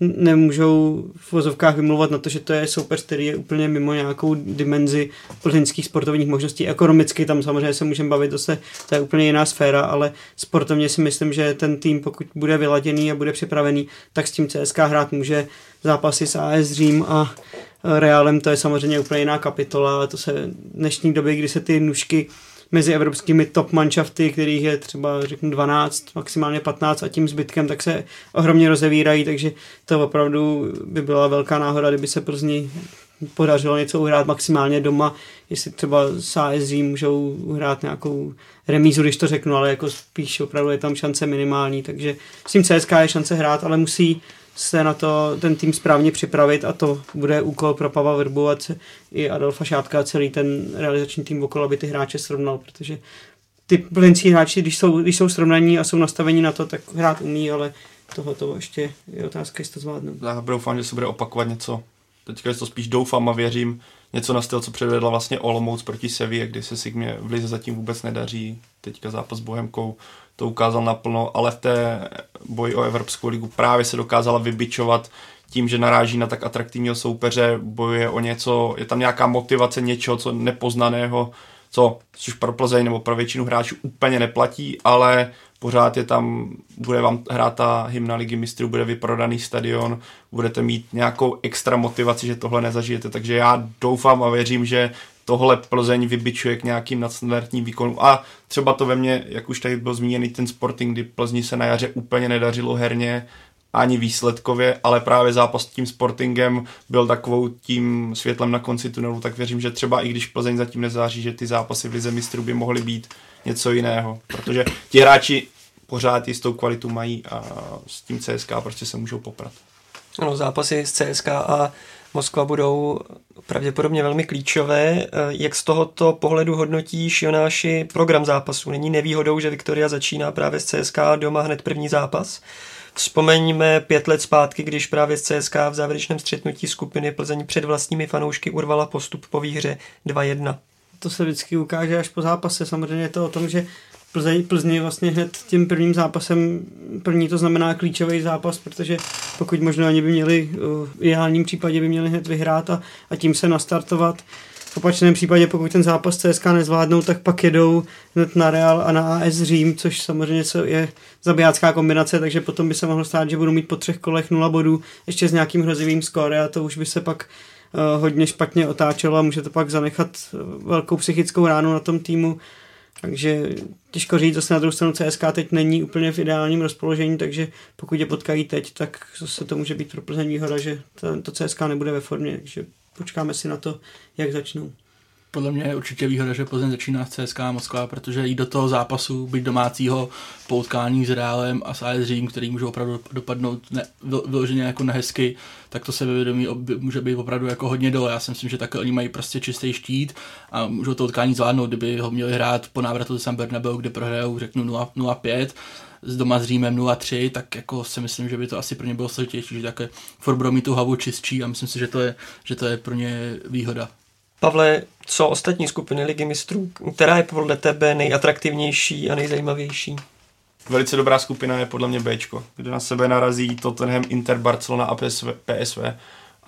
nemůžou v vozovkách vymlouvat na to, že to je soupeř, který je úplně mimo nějakou dimenzi plzeňských sportovních možností. Ekonomicky tam samozřejmě se můžeme bavit, to, se, to je úplně jiná sféra, ale sportovně si myslím, že ten tým, pokud bude vyladěný a bude připravený, tak s tím C S K hrát může. Zápasy s A S Řím a Realem, to je samozřejmě úplně jiná kapitola, ale to se v dnešní době, kdy se ty nůžky mezi evropskými top manšafty, kterých je třeba řeknu dvanáct, maximálně patnáct a tím zbytkem, tak se ohromně rozevírají, takže to opravdu by byla velká náhoda, kdyby se Plzni podařilo něco uhrát maximálně doma, jestli třeba s A S Řím můžou uhrát nějakou remízu, když to řeknu, ale jako spíš opravdu je tam šance minimální, takže s tím C S K je šance hrát, ale musí se na to ten tým správně připravit a to bude úkol pro Pavla Vrbu a i Adolfa Šátka a celý ten realizační tým okolo, aby ty hráče srovnal, protože ty plzeňští hráči, když jsou, když jsou srovnaní a jsou nastavení na to, tak hrát umí, ale tohoto ještě je otázka, jestli to zvládnou. Já doufám, že se bude opakovat něco, teďka to spíš doufám a věřím, něco na styl, co předvedla vlastně Olomouc proti Sevilla, kdy se Sigmě v lize zatím vůbec nedaří, teďka zápas s Bohemkou to ukázal naplno, ale v té boji o Evropskou ligu právě se dokázala vybičovat tím, že naráží na tak atraktivního soupeře, bojuje o něco, je tam nějaká motivace něčeho, co nepoznaného, co což pro Plzeň nebo pro většinu hráčů úplně neplatí, ale pořád je tam, bude vám hrát ta hymna Ligy mistrů, bude vyprodaný stadion, budete mít nějakou extra motivaci, že tohle nezažijete, takže já doufám a věřím, že tohle Plzeň vybičuje k nějakým nadstandardním výkonům a třeba to ve mně, jak už tady byl zmíněný ten Sporting, kdy Plzni se na jaře úplně nedařilo herně ani výsledkově, ale právě zápas s tím Sportingem byl takovou tím světlem na konci tunelu, tak věřím, že třeba i když Plzeň zatím nezáří, že ty zápasy v lize mistrů by mohly být něco jiného, protože ti hráči pořád jistou kvalitu mají a s tím C S K prostě se můžou poprat. Ano, zápasy s C S K a Moskva budou pravděpodobně velmi klíčové. Jak z tohoto pohledu hodnotíš, Jonáši, program zápasu? Není nevýhodou, že Viktoria začíná právě s C S K doma hned první zápas? Vzpomeňme pět let zpátky, když právě z C S K v závěrečném střetnutí skupiny Plzeň před vlastními fanoušky urvala postup po výhře dva jedna. To se vždycky ukáže až po zápase. Samozřejmě je to o tom, že Plzeň, Plzni vlastně hned tím prvním zápasem, první to znamená klíčový zápas, protože pokud možná oni by měli, v ideálním případě by měli hned vyhrát a, a tím se nastartovat. V opačném případě, pokud ten zápas C S K nezvládnou, tak pak jedou hned na Real a na A S Řím, což samozřejmě je zabijácká kombinace, takže potom by se mohlo stát, že budou mít po třech kolech nula bodů, ještě s nějakým hrozivým skóre a to už by se pak uh, hodně špatně otáčelo a může to pak zanechat velkou psychickou ránu na tom týmu. Takže těžko říct, zase na druhou stranu C S K teď není úplně v ideálním rozpoložení, takže pokud je potkají teď, tak zase to může být pro Plzeň výhoda, že to, to C S K nebude ve formě, takže počkáme si na to, jak začnou. Podle mě je určitě výhoda, že Plzeň začíná s C S K Moskva, protože jít do toho zápasu, být domácího po utkání s Reálem a s A S Řím, který můžou opravdu dopadnout ne, vyloženě jako nehezky, tak to sebevědomí může být opravdu jako hodně dole. Já si myslím, že takhle oni mají prostě čistý štít a můžou to utkání zvládnout, kdyby ho měli hrát po návratu ze San Bernabeu, kde prohrajou, řeknu nula pět, s doma s Římem nula tři, tak jako si myslím, že by to asi pro ně bylo složitější, že také furt budou mít tu hlavu čistší a myslím si, že to je, že to je pro ně výhoda. Pavle, co ostatní skupiny Ligy mistrů, která je podle tebe nejatraktivnější a nejzajímavější? Velice dobrá skupina je podle mě Bčko, kde na sebe narazí Tottenham, Inter, Barcelona a P S V.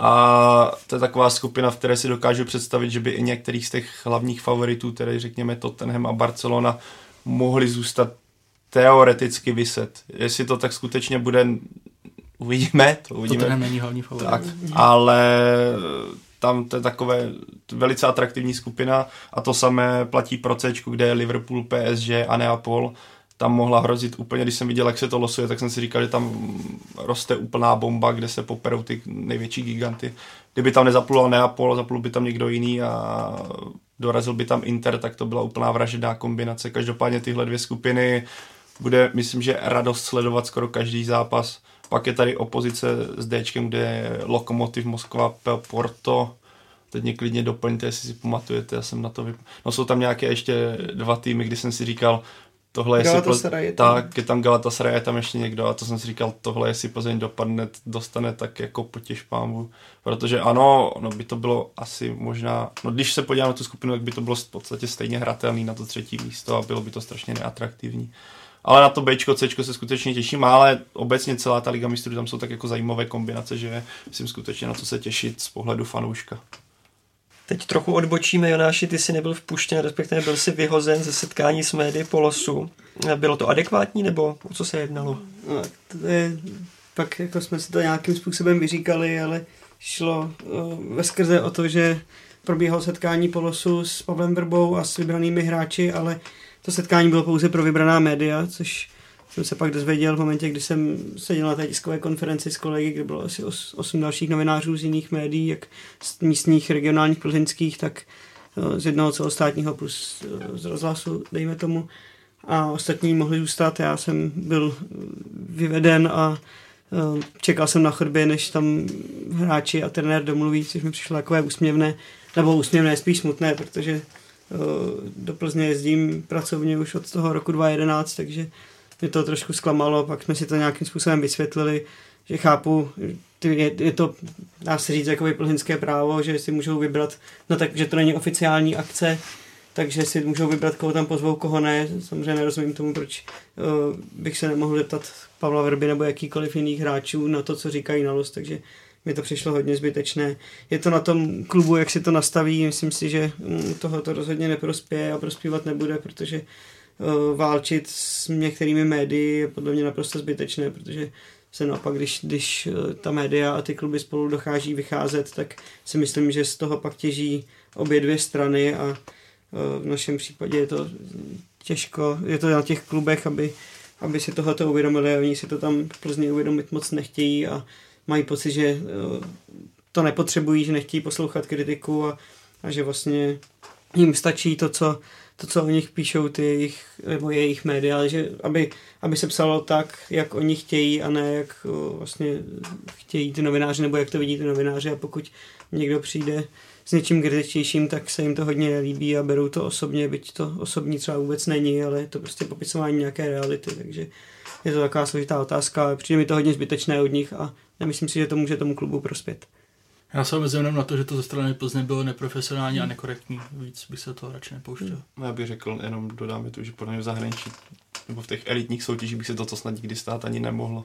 A to je taková skupina, v které si dokážu představit, že by i některých z těch hlavních favoritů, tedy řekněme Tottenham a Barcelona, mohli zůstat teoreticky vyset. Jestli to tak skutečně bude, uvidíme. To uvidíme. Tottenham není hlavní favorit. Tak, ale tam to je takové velice atraktivní skupina a to samé platí pro C, kde je Liverpool, P S G a Neapol. Tam mohla hrozit úplně, když jsem viděl, jak se to losuje, tak jsem si říkal, že tam roste úplná bomba, kde se poperou ty největší giganty. Kdyby tam nezaplul Neapol, zaplul by tam někdo jiný a dorazil by tam Inter, tak to byla úplná vražedná kombinace. Každopádně tyhle dvě skupiny bude, myslím, že radost sledovat skoro každý zápas Pak je tady opozice s Dčkem, kde je Lokomotiv Moskva, Porto. Teď mě klidně doplňte, jestli si pamatujete, já jsem na to vyp... No jsou tam nějaké ještě dva týmy, kdy jsem si říkal, tohle jestli Galatasaray je tam. Tak, je tam Galatasaray, je tam ještě někdo a to jsem si říkal, tohle jestli Plzeň dopadne, dostane tak jako potěš pámbu. Protože ano, no by to bylo asi možná, no když se podívám na tu skupinu, tak by to bylo v podstatě stejně hratelný na to třetí místo a bylo by to strašně neatraktivní. Ale na to Bčko, Cčko se skutečně těším, ale obecně celá ta Liga mistrů, tam jsou tak jako zajímavé kombinace, že myslím skutečně na co se těšit z pohledu fanouška. Teď trochu odbočíme, Jonáši, ty jsi nebyl vpuštěn, respektive byl jsi vyhozen ze setkání s médii po losu. Bylo to adekvátní, nebo o co se jednalo? No, to je, pak jako jsme si to nějakým způsobem vyříkali, ale šlo o, veskrze o to, že probíhalo setkání po losu s Pavlem Vrbou a s vybranými hráči, ale to setkání bylo pouze pro vybraná média, což jsem se pak dozvěděl v momentě, kdy jsem seděl na té tiskové konferenci s kolegy, kde bylo asi os, osm dalších novinářů z jiných médií, jak z místních, regionálních, plzeňských, tak z jednoho celostátního plus z rozhlasu, dejme tomu. A ostatní mohli zůstat. Já jsem byl vyveden a čekal jsem na chodbě, než tam hráči a trenér domluví, což mi přišlo takové úsměvné, nebo úsměvné, spíš smutné, protože do Plzně jezdím pracovně už od toho roku dva tisíce jedenáct, takže mě to trošku zklamalo, pak jsme si to nějakým způsobem vysvětlili, že chápu, je, je to, dá se říct, jakoby plzeňské právo, že si můžou vybrat, no tak, že to není oficiální akce, takže si můžou vybrat, koho tam pozvou, koho ne. Samozřejmě nerozumím tomu, proč uh, bych se nemohl zeptat Pavla Vrby nebo jakýkoliv jiných hráčů na to, co říkají na los, takže mi to přišlo hodně zbytečné. Je to na tom klubu, jak si to nastaví, myslím si, že toho to rozhodně neprospěje a prospívat nebude, protože uh, válčit s některými médii je podle mě naprosto zbytečné, protože se naopak, když, když uh, ta média a ty kluby spolu dochází vycházet, tak si myslím, že z toho pak těží obě dvě strany a uh, v našem případě je to těžko, je to na těch klubech, aby, aby si tohleto uvědomili a oni si to tam v Plzni uvědomit moc nechtějí a mají pocit, že uh, to nepotřebují, že nechtějí poslouchat kritiku a, a že vlastně jim stačí to, co to, co o nich píšou ty jejich, nebo jejich média, ale že aby, aby se psalo tak, jak oni chtějí a ne jak o, vlastně chtějí ty novináři, nebo jak to vidí ty novináři a pokud někdo přijde s něčím kritičtějším, tak se jim to hodně nelíbí a berou to osobně, byť to osobní třeba vůbec není, ale je to prostě popisování nějaké reality, takže je to taková složitá otázka, přijde mi to hodně zbytečné od nich a nemyslím si, že to může tomu klubu prospět. Já se omezím jenom na to, že to ze strany Plzně bylo neprofesionální a nekorektní. Víc bych se toho radši nepouštěl. Hmm. Já bych řekl, jenom dodáme tu, že podle mě v zahraničí nebo v těch elitních soutěžích bych se toto snad nikdy stát ani nemohlo.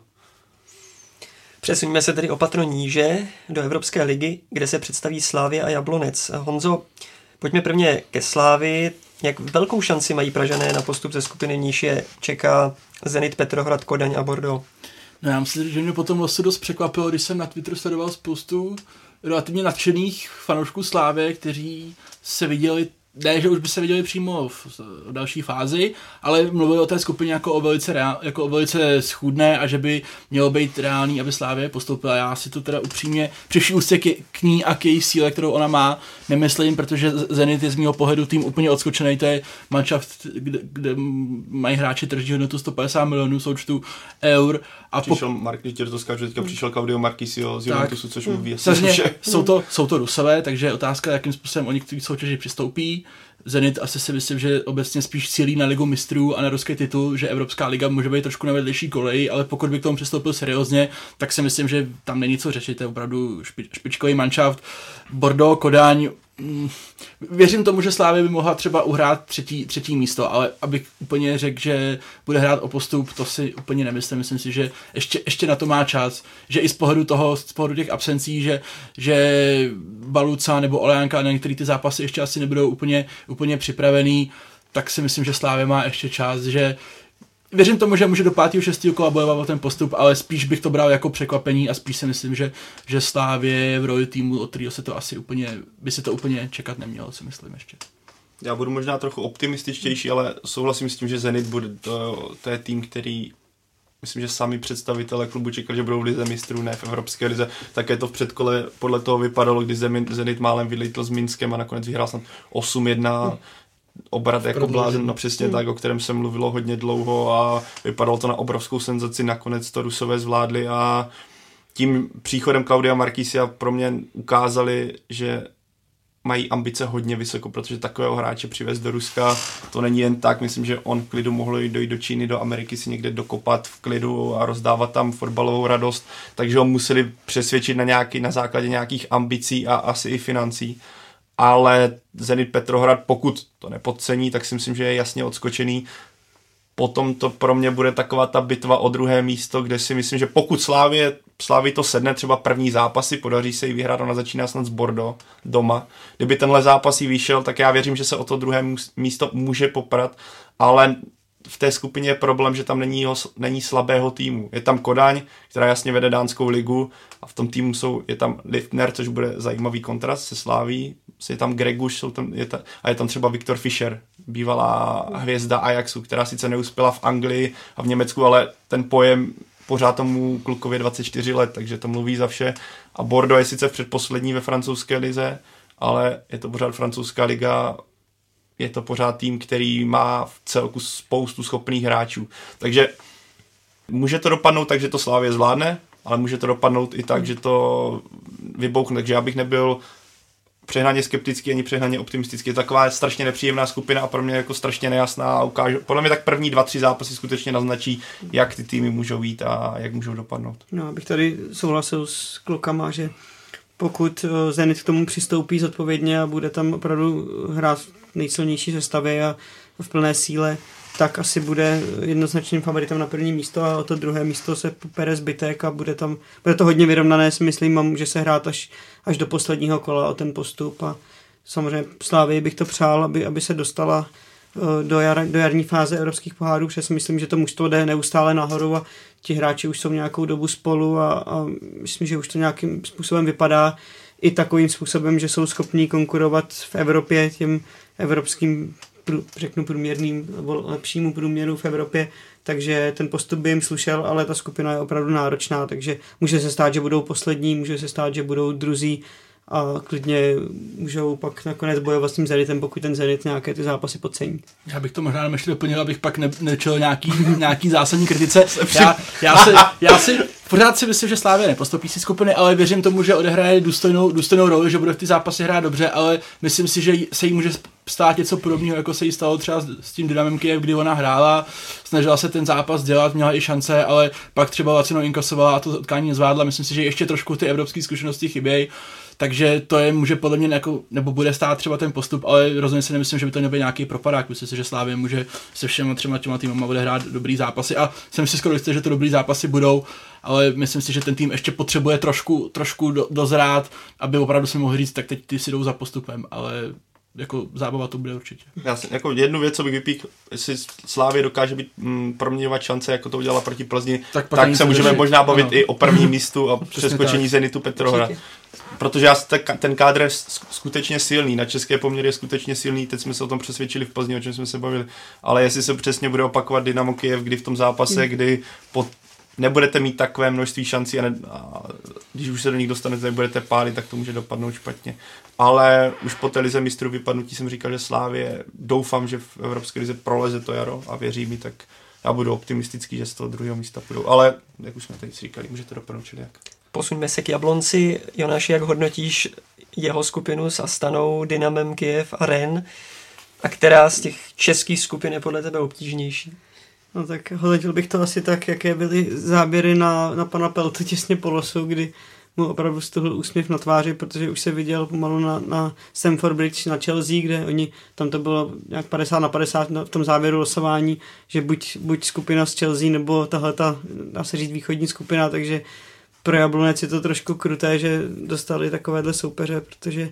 Přesuníme se tedy opatro níže do Evropské ligy, kde se představí Slavia a Jablonec. Honzo, pojďme prvně ke Slávii. Jak velkou šanci mají Pražané na postup ze skupiny, níž je čeká Zenit, Petrohrad, Kodaň a Bordeaux? No já myslím, že mě potom losu dost překvapilo, když jsem na Twitteru sledoval spoustu relativně nadšených fanoušků Slávy, kteří se viděli, ne, že už by se viděli přímo v, v další fázi, ale mluvili o té skupině jako o velice, reál, jako o velice schůdné a že by mělo být reálný, aby Slávě postoupila. Já si to teda upřímně při vší úctě k, k ní a k její síle, kterou ona má, nemyslím, protože Zenit je z mého pohledu tým úplně odskočený, to je manšaft, kde, kde mají hráči tržní hodnotu sto padesát milionů součtu eur. A přišel, po... Mark, když tě to skáču, teďka přišel Claudio Marchisio z Juventusu, což mm. mluví asi jsou to, jsou to Rusové, takže je otázka, jakým způsobem oni k té soutěži přistoupí. Zenit asi si myslím, že obecně spíš cílí na ligu mistrů a na ruský titul, že Evropská liga může být trošku na vedlejší koleji, ale pokud by k tomu přistoupil seriózně, tak si myslím, že tam není co řešit, to je opravdu špi, špičkový manšaft. Bordeaux, Kodaň, mm, věřím tomu, že Slavia by mohla třeba uhrát třetí, třetí místo, ale abych úplně řekl, že bude hrát o postup, to si úplně nemyslím, myslím si, že ještě, ještě na to má čas, že i z pohledu toho, z pohledu těch absencí, že, že Baluca nebo Oleánka na některé ty zápasy ještě asi nebudou úplně, úplně připravený, tak si myslím, že Slavia má ještě čas, že věřím tomu, že může do pátého šestého kola bojovat o ten postup, ale spíš bych to bral jako překvapení a spíš si myslím, že, že Slavie je v roli týmu, od kterého se to asi úplně, by se to úplně čekat nemělo, si myslím ještě. Já budu možná trochu optimističtější, ale souhlasím s tím, že Zenit bude, to, to je tým, který myslím, že sami představitelé klubu čekali, že budou v lize mistrů, ne v Evropské lize. Také to v předkole podle toho vypadalo, kdy Zenit málem vylítl s Minskem a nakonec vyhrál snad osm jedna. obrat jako blázen, no přesně hmm. tak, o kterém se mluvilo hodně dlouho a vypadalo to na obrovskou senzaci, nakonec to Rusové zvládli a tím příchodem Claudia Marquisia pro mě ukázali, že mají ambice hodně vysoko, protože takového hráče přivést do Ruska, to není jen tak, myslím, že on v klidu mohl jít dojít do Číny, do Ameriky si někde dokopat v klidu a rozdávat tam fotbalovou radost, takže ho museli přesvědčit na, nějaký, na základě nějakých ambicí a asi i financí, ale Zenit Petrohrad, pokud to nepodcení, tak si myslím, že je jasně odskočený. Potom to pro mě bude taková ta bitva o druhé místo, kde si myslím, že pokud Slávě, Slávy to sedne třeba první zápasy, podaří se jí vyhrát, ona začíná snad z Bordeaux doma. Kdyby tenhle zápas jí vyšel, tak já věřím, že se o to druhé místo může poprat, ale v té skupině je problém, že tam není, není slabého týmu. Je tam Kodaň, která jasně vede dánskou ligu a v tom týmu jsou, je tam Liftner, což bude zajímavý kontrast se Sláví, je tam Greguš jsou tam, je ta, a je tam třeba Viktor Fischer, bývalá hvězda Ajaxu, která sice neuspěla v Anglii a v Německu, ale ten pojem pořád tomu klukově dvacet čtyři let, takže to mluví za vše. A Bordeaux je sice v předposlední ve francouzské lize, ale je to pořád francouzská liga, je to pořád tým, který má v celku spoustu schopných hráčů. Takže může to dopadnout tak, že to Slavie zvládne, ale může to dopadnout i tak, že to vybouchne. Takže já bych nebyl přehnaně skeptický ani přehnaně optimistický. Je taková strašně nepříjemná skupina a pro mě jako strašně nejasná a ukáže, podle mě tak první dva, tři zápasy skutečně naznačí, jak ty týmy můžou jít a jak můžou dopadnout. No, abych tady souhlasil s klukama, že pokud Zenit k tomu přistoupí zodpovědně a bude tam opravdu hrát v nejsilnější sestavě a v plné síle, tak asi bude jednoznačným favoritem na první místo a o to druhé místo se pere zbytek a bude tam, bude to hodně vyrovnané, si myslím, a může se hrát až, až do posledního kola o ten postup a samozřejmě Slávii bych to přál, aby, aby se dostala do, jar, do jarní fáze evropských pohárů, protože si myslím, že to mužstvo jde neustále nahoru a ti hráči už jsou nějakou dobu spolu a, a myslím, že už to nějakým způsobem vypadá i takovým způsobem, že jsou schopní konkurovat v Evropě těm evropským, řeknu průměrným nebo lepšímu průměru v Evropě, takže ten postup by jim slušel, ale ta skupina je opravdu náročná, takže může se stát, že budou poslední, může se stát, že budou druzí a klidně můžou pak nakonec bojovat s tím Zenitem, pokud ten Zenit nějaké ty zápasy podcení. Já bych to možná ještě doplnil, abych pak ne, nečel nějaký, nějaký zásadní kritice. Já, já, se, já si pořád si myslím, že Slavia nepostoupí si skupiny, ale věřím tomu, že odehraje důstojnou, důstojnou roli, že bude v ty zápasy hrát dobře, ale myslím si, že se jí může stát něco podobného, jako se jí stalo třeba s tím Dynamem Kyjev, kdy ona hrála, snažila se ten zápas dělat, měla i šance, ale pak třeba Lacino inkasovala a to utkání nezvládla. Myslím si, že ještě trošku ty evropské zkušenosti chybějí. Takže to je může podle mě jako, nebo bude stát třeba ten postup, ale rozhodně si nemyslím, že by to nebyl nějaký propadák. Myslím si, že Slavia může se všema třema těma týmama bude hrát dobrý zápasy a jsem si skoro jistý, že to dobrý zápasy budou, ale myslím si, že ten tým ještě potřebuje trošku, trošku do, dozrát, aby opravdu si mohl říct, tak teď ty si jdou za postupem, ale jako zábava to bude určitě. Já si, jako jednu věc, co bych vypíchl, jestli Slavie dokáže být mm, proměňovat šance, jako to udělala proti Plzni, tak, tak se můžeme řeši. možná bavit ano. i o prvním místu a přeskočení Zenitu Petrohrad. Protože já, ten kádr je skutečně silný, na české poměry je skutečně silný, teď jsme se o tom přesvědčili v Plzni, o čem jsme se bavili, ale jestli se přesně bude opakovat Dynamo Kyjev, kdy v tom zápase, hmm. kdy pod nebudete mít takové množství šancí a, ne, a když už se do nich dostanete, nebudete pálit, tak to může dopadnout špatně. Ale už po té lize mistrů vypadnutí jsem říkal, že Slávie, doufám, že v Evropské lize proleze to jaro a věří mi, tak já budu optimistický, že z toho druhého místa půjdou. Ale, jak už jsme tady říkali, může to dopadnout čili jak. Posuňme se k Jablonci. Jonáši, jak hodnotíš jeho skupinu s Astanou, Dynamem Kyjev a Rennes? A která z těch českých skupin je podle tebe obtížnější? No tak hodnotil bych to asi tak, jaké byly záběry na, na pana Peltu těsně po losu, kdy mu opravdu stuhl úsměv na tváři, protože už se viděl pomalu na, na Stamford Bridge na Chelsea, kde oni, tam to bylo nějak padesát na padesát v tom závěru losování, že buď, buď skupina z Chelsea, nebo tahle ta, dá se říct, východní skupina, takže pro Jablonec je to trošku kruté, že dostali takovéhle soupeře, protože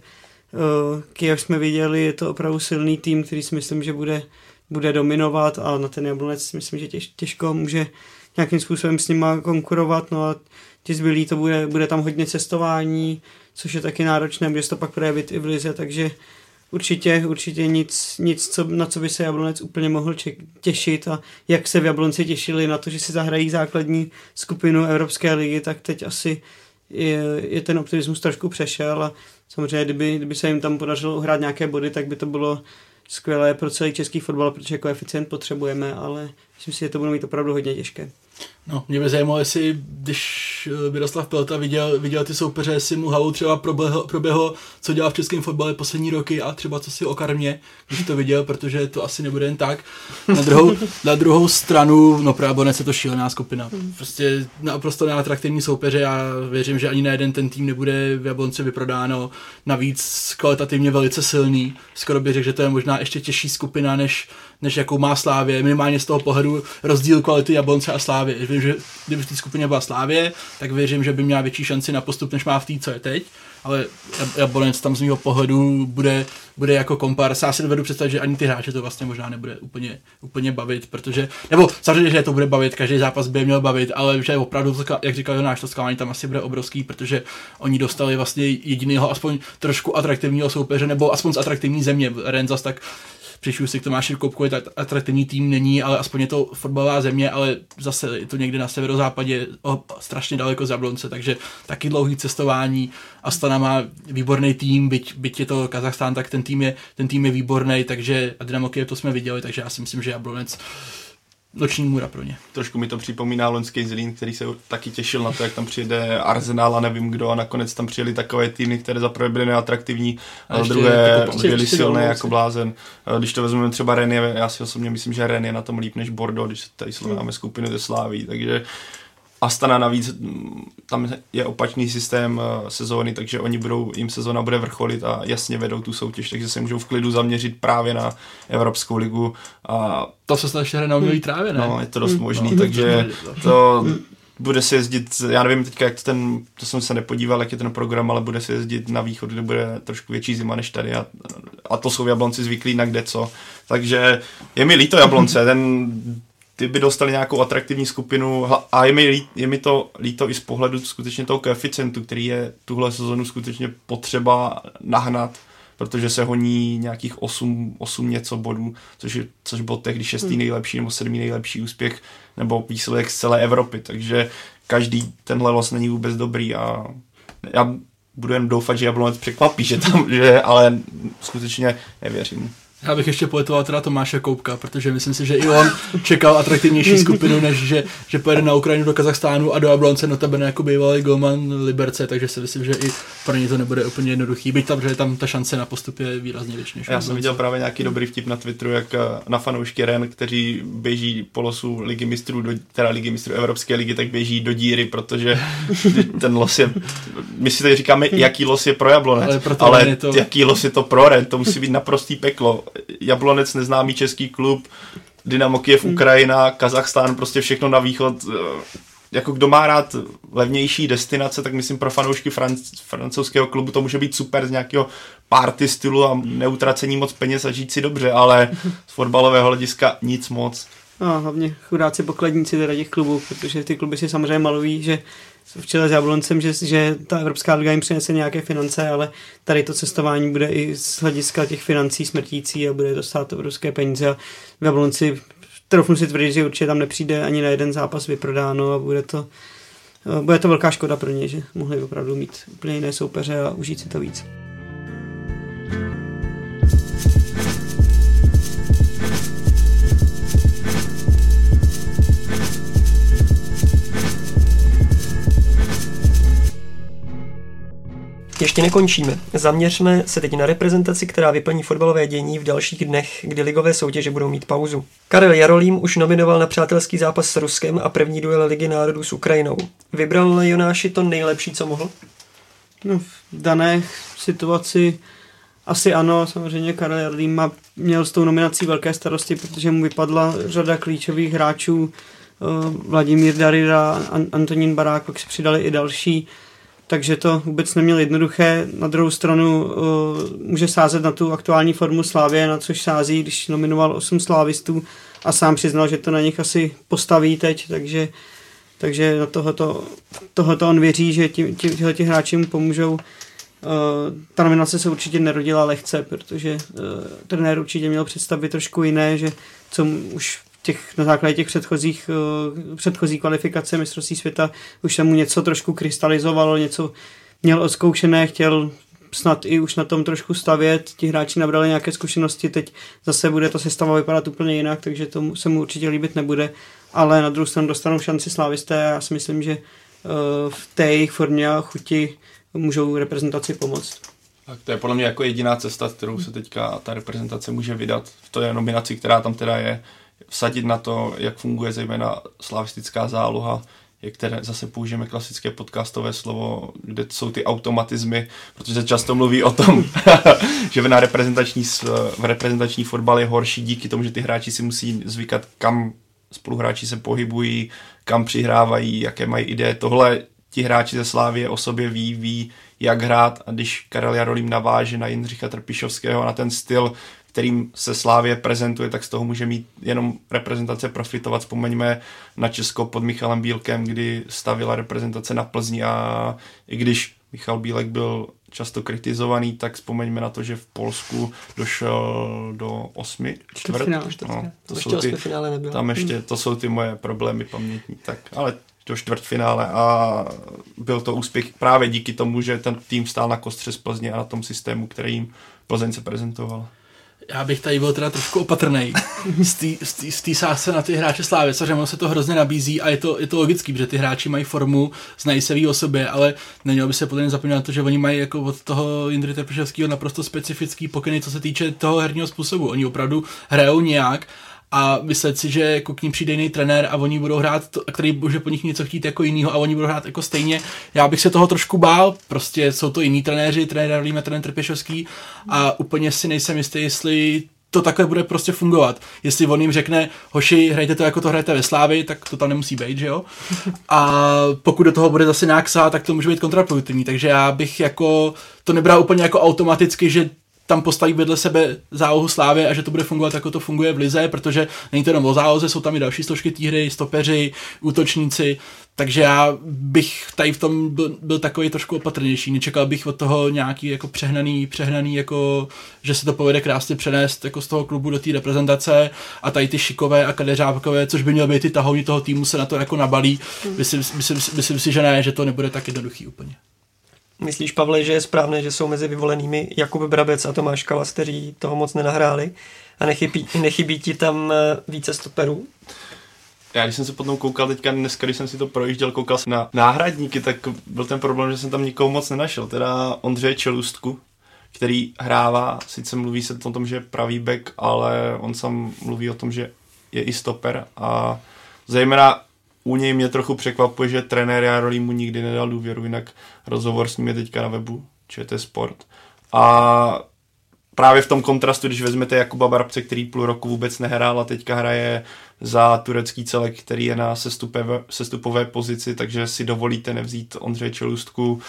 uh, Kyjev jsme viděli, je to opravdu silný tým, který si myslím, že bude bude dominovat a na ten Jablonec myslím, že těž, těžko může nějakým způsobem s nima konkurovat, no a ti zbylí to bude, bude tam hodně cestování, což je taky náročné, bude se to pak projevit i v lize, takže určitě, určitě nic, nic co, na co by se Jablonec úplně mohl ček, těšit a jak se v Jablonci těšili na to, že si zahrají základní skupinu Evropské ligy, tak teď asi je, je ten optimismus trošku přešel a samozřejmě, kdyby, kdyby se jim tam podařilo uhrát nějaké body, tak by to bylo skvělé pro celý český fotbal, protože koeficient potřebujeme, ale myslím si, že to bude mít opravdu hodně těžké. No, mě by zajímalo, jestli, když Miroslav Pelta viděl, viděl ty soupeře, jestli mu hlavou třeba proběhlo, proběhlo, co dělá v českém fotbale poslední roky a třeba co si o karmě, když to viděl, protože to asi nebude jen tak. Na druhou, na druhou stranu, no pro Jablonec je to šílená skupina. Prostě naprosto neatraktivní soupeře, já věřím, že ani na jeden ten tým nebude v Jablonci vyprodáno, navíc kvalitativně velice silný. Skoro bych řekl, že to je možná ještě těžší skupina, než, než jakou má Slávě, minimálně z toho pohledu rozdíl kvality Jablonce a Slávě. Vím, že kdyby v té skupině byla Slávě, tak věřím, že by měla větší šanci na postup, než má v té, co je teď, ale Jablonec tam z mého pohledu bude, bude jako kompars. Já si dovedu představit, že ani ty hráče to vlastně možná nebude úplně, úplně bavit, protože, nebo samozřejmě, že to bude bavit, každý zápas by je měl bavit, ale že opravdu, jak říkal Jonáš, to zklamání tam asi bude obrovský, protože oni dostali vlastně jedinýho aspoň trošku atraktivního soupeře, nebo aspoň z atraktivní země. Rennes zas tak přišel si k Tomáši Koupkovi, tak atraktivní tým není, ale aspoň je to fotbalová země, ale zase je to někde na severozápadě o, strašně daleko z Jablonce, takže taky dlouhý cestování. Astana má výborný tým, byť, byť je to Kazachstán, tak ten tým je, ten tým je výborný, takže a Dynamo Kyjev to jsme viděli, takže já si myslím, že Jablonec noční můra pro ně. Trošku mi to připomíná loňský Zlín, který se taky těšil na to, jak tam přijede Arsenal a nevím kdo, a nakonec tam přijeli takové týmy, které zaprvé byly neatraktivní, a, a druhé byly silné jako blázen. Když to vezmeme třeba Rennes, já si osobně myslím, že Rennes je na tom líp než Bordeaux, když tady srovnáme skupinu ze Sláví, takže Astana navíc, tam je opačný systém sezóny, takže oni budou, jim sezóna bude vrcholit a jasně vedou tu soutěž, takže se můžou v klidu zaměřit právě na Evropskou ligu. A to se snad ještě hraje na umělý trávě, ne? No, je to dost možný, no, takže to bude se jezdit, já nevím teďka, jak to ten, to jsem se nepodíval, jak je ten program, ale bude se jezdit na východ, kde bude trošku větší zima než tady a, a to jsou Jablonci zvyklí na kde co. Takže je mi líto Jablonce, ten ty by dostali nějakou atraktivní skupinu a je mi, lí, je mi to líto i z pohledu skutečně toho koeficientu, který je tuhle sezonu skutečně potřeba nahnat, protože se honí nějakých osm, osm něco bodů, což, je, což byl tehdy šestý nejlepší nebo sedmý nejlepší úspěch nebo výsledek z celé Evropy, takže každý tenhle los není vůbec dobrý a já budu jen doufat, že Jablonec překvapí, že tam, že, ale skutečně nevěřím. Já bych ještě politoval teda Tomáše Koupka, protože myslím si, že i on čekal atraktivnější skupinu, než že, že pojede na Ukrajinu do Kazachstánu a do Jablonce, notabene jako bývalý golman Liberce, takže si myslím, že i pro něj to nebude úplně jednoduchý. Byť tam, že tam ta šance na postup je výrazně větší než Já jsem viděl právě nějaký dobrý vtip na Twitteru, jak na fanoušky Rennes, kteří běží po losu ligy mistrů, do, teda ligy mistrů Evropské ligy, tak běží do díry, protože ten los je, my si tady říkáme, jaký los je pro Jablonec, ale, ale to... jaký los je to pro Rennes, to musí být naprostý peklo. Jablonec neznámý český klub, Dynamo Kyjev, Ukrajina, Kazachstán, prostě všechno na východ. Jako kdo má rád levnější destinace, tak myslím pro fanoušky franc- francouzského klubu to může být super z nějakého party stylu a neutracení moc peněz a žít si dobře, ale z fotbalového hlediska nic moc. A hlavně chudáci pokladníci teda těch klubů, protože ty kluby si samozřejmě malují, že v čele s Jabloncem, že, že ta Evropská liga jim přinese nějaké finance, ale tady to cestování bude i z hlediska těch financí smrtící a bude to stát obrovské peníze a v Jablonci troufnu si tvrdit, že určitě tam nepřijde ani na jeden zápas vyprodáno a bude to, bude to velká škoda pro ně, že mohli opravdu mít úplně jiné soupeře a užít si to víc. Ještě nekončíme. Zaměřme se teď na reprezentaci, která vyplní fotbalové dění v dalších dnech, kdy ligové soutěže budou mít pauzu. Karel Jarolím už nominoval na přátelský zápas s Ruskem a první duel Ligy národů s Ukrajinou. Vybral Jonáši to nejlepší, co mohl? No, v dané situaci asi ano, samozřejmě Karel Jarolím má, měl s tou nominací velké starosti, protože mu vypadla řada klíčových hráčů, Vladimír Darida, Antonín Barák, pak se přidali i další, takže to vůbec neměl jednoduché. Na druhou stranu uh, může sázet na tu aktuální formu Slávie, na což sází, když nominoval osm slávistů a sám přiznal, že to na nich asi postaví teď, takže, takže na tohoto, tohoto on věří, že tihleti hráči mu pomůžou. Uh, ta nominace se určitě nerodila lehce, protože uh, trenér určitě měl představy trošku jiné, že co už těch, na základě těch předchozích, uh, předchozí kvalifikace mistrovství světa už se mu něco trošku krystalizovalo, něco měl odzkoušené, chtěl snad i už na tom trošku stavět, ti hráči nabrali nějaké zkušenosti, teď zase bude ta sestava vypadat úplně jinak, takže to se mu určitě líbit nebude, ale na druhou stranu dostanou šanci slávisté a já si myslím, že v té jejich formě a chuti můžou reprezentaci pomoct. Tak to je podle mě jako jediná cesta, kterou se teďka ta reprezentace může vydat v té nominaci, která tam teda je, vsadit na to, jak funguje zejména slavistická záloha, jak které zase použijeme klasické podcastové slovo, kde jsou ty automatizmy, protože se často mluví o tom, že na reprezentační, v reprezentační fotbal je horší díky tomu, že ty hráči si musí zvykat, kam spoluhráči se pohybují, kam přihrávají, jaké mají ideje. Tohle ti hráči ze Slávie o sobě ví, ví, jak hrát, a když Karel Jarolím naváže na Jindřicha Trpišovského, na ten styl, kterým se Slávie prezentuje, tak z toho může mít jenom reprezentace profitovat. Vzpomeňme na Česko pod Michalem Bílkem, kdy stavila reprezentace na Plzni, a i když Michal Bílek byl často kritizovaný, tak vzpomeňme na to, že v Polsku došel do osmi čtvrt. No, to ještě jsou ty, finále nebylo. Tam ještě, to jsou ty moje problémy pamětní. Tak, ale do čtvrtfinále, a byl to úspěch právě díky tomu, že ten tým stál na kostře z Plzně a na tom systému, který jim Plzeň se prezentoval. Já bych tady byl teda trošku opatrnej z té sásce na ty hráče Slávy, což se to hrozně nabízí a je to, je to logický, protože ty hráči mají formu, znají se ví o sobě, ale nemělo by se podle mě zapomínat na to, že oni mají jako od toho Jindry Trpišovského naprosto specifický pokyny, co se týče toho herního způsobu. Oni opravdu hrajou nějak a myslet si, že jako k ním přijde jiný trenér a oni budou hrát, to, který může po nich něco chtít jako jinýho a oni budou hrát jako stejně. Já bych se toho trošku bál, prostě jsou to jiní trenéři, trenér Jarolím a trenér Trpišovský a úplně si nejsem jistý, jestli to takhle bude prostě fungovat. Jestli on jim řekne, hoši, hrajte to, jako to hrajete ve Slávii, tak to tam nemusí být, že jo? A pokud do toho bude zase nějak sát, tak to může být kontraproduktivní, takže já bych jako to nebral úplně jako automaticky, že tam postaví vedle sebe zálohu Slávy a že to bude fungovat, jako to funguje v lize, protože není to jenom o záloze, jsou tam i další složky té hry, stopeři, útočníci, takže já bych tady v tom byl, byl takový trošku opatrnější, nečekal bych od toho nějaký jako přehnaný, přehnaný jako, že se to povede krásně přenést jako z toho klubu do té reprezentace a tady ty Šikové a Kadeřábkové, což by měl být ty tahouni toho týmu, se na to jako nabalí. Myslím, myslím, myslím si, že ne, že to nebude tak jednoduchý úplně. Myslíš, Pavle, že je správné, že jsou mezi vyvolenými Jakub Brabec a Tomáš Kalas, kteří toho moc nenahráli a nechybí, nechybí ti tam více stoperů? Já když jsem se potom koukal teďka dneska, když jsem si to projížděl, koukal jsem na náhradníky, tak byl ten problém, že jsem tam nikoho moc nenašel. Teda Ondřeje Čelůstku, který hrává, sice mluví se o tom, že je pravý back, ale on sám mluví o tom, že je i stoper, a zejména u něj mě trochu překvapuje, že trenér Jarolím mu nikdy nedal důvěru, jinak rozhovor s ním je teďka na webu ČT Sport. A právě v tom kontrastu, když vezmete Jakuba Brabce, který půl roku vůbec nehrál a teďka hraje za turecký celek, který je na sestupové, sestupové pozici, takže si dovolíte nevzít Ondřeje Čelůstku.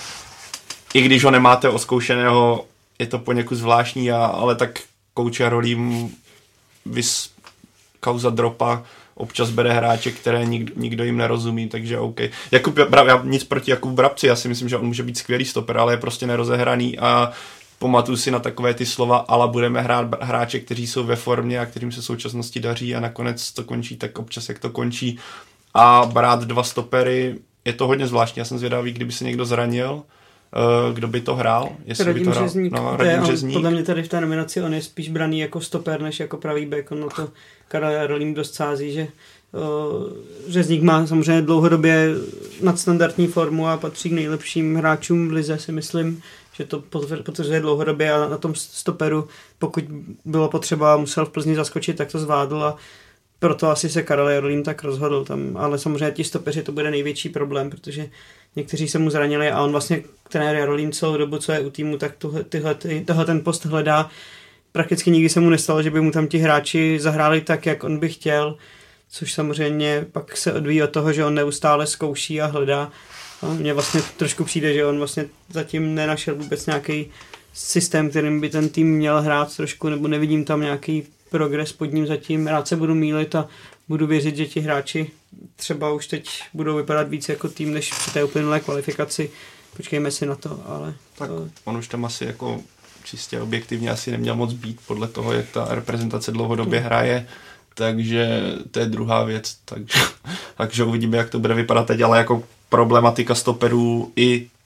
I když ho nemáte oskoušeného, je to poněkud zvláštní, a, ale tak kouč Jarolím vys kauza Dropa občas bere hráče, které nikdo, nikdo jim nerozumí, takže OK. Jakub, já nic proti Jakubu Brabci, já si myslím, že on může být skvělý stoper, ale je prostě nerozehraný a pamatuju si na takové ty slova, ale budeme hrát hráče, kteří jsou ve formě a kterým se v současnosti daří, a nakonec to končí tak občas, jak to končí. A brát dva stopery, je to hodně zvláštní, já jsem zvědavý, kdyby se někdo zranil, kdo by to hrál. Radim by to Řezník. No, Radim Řezník. Podle mě tady v té nominaci on je spíš braný jako stoper, než jako pravý back. On na to Karel Jarolím dost sází, že uh, Řezník má samozřejmě dlouhodobě nadstandardní formu a patří k nejlepším hráčům v lize, si myslím, že to potvrzuje dlouhodobě, a na tom stoperu, pokud bylo potřeba, musel v Plzni zaskočit, tak to zvládl, a proto asi se Karel Jarolím tak rozhodl tam, ale samozřejmě ti stopeři to bude největší problém, protože někteří se mu zranili a on vlastně, trenér Jarolím, celou dobu, co je u týmu, tak tuhle, tyhle, ty, tohle ten post hledá. Prakticky nikdy se mu nestalo, že by mu tam ti hráči zahráli tak, jak on by chtěl, což samozřejmě pak se odvíjí od toho, že on neustále zkouší a hledá. A mně vlastně trošku přijde, že on vlastně zatím nenašel vůbec nějaký systém, kterým by ten tým měl hrát trošku, nebo nevidím tam nějaký progres pod ním zatím. Rád se budu mýlit a budu věřit, že ti hráči třeba už teď budou vypadat víc jako tým, než při té uplynulé kvalifikaci. Počkejme si na to, ale... Tak to... on už tam asi jako čistě objektivně asi neměl moc být podle toho, jak ta reprezentace dlouhodobě hraje, takže to je druhá věc, takže, takže uvidíme, jak to bude vypadat teď, ale jako problematika stoperů i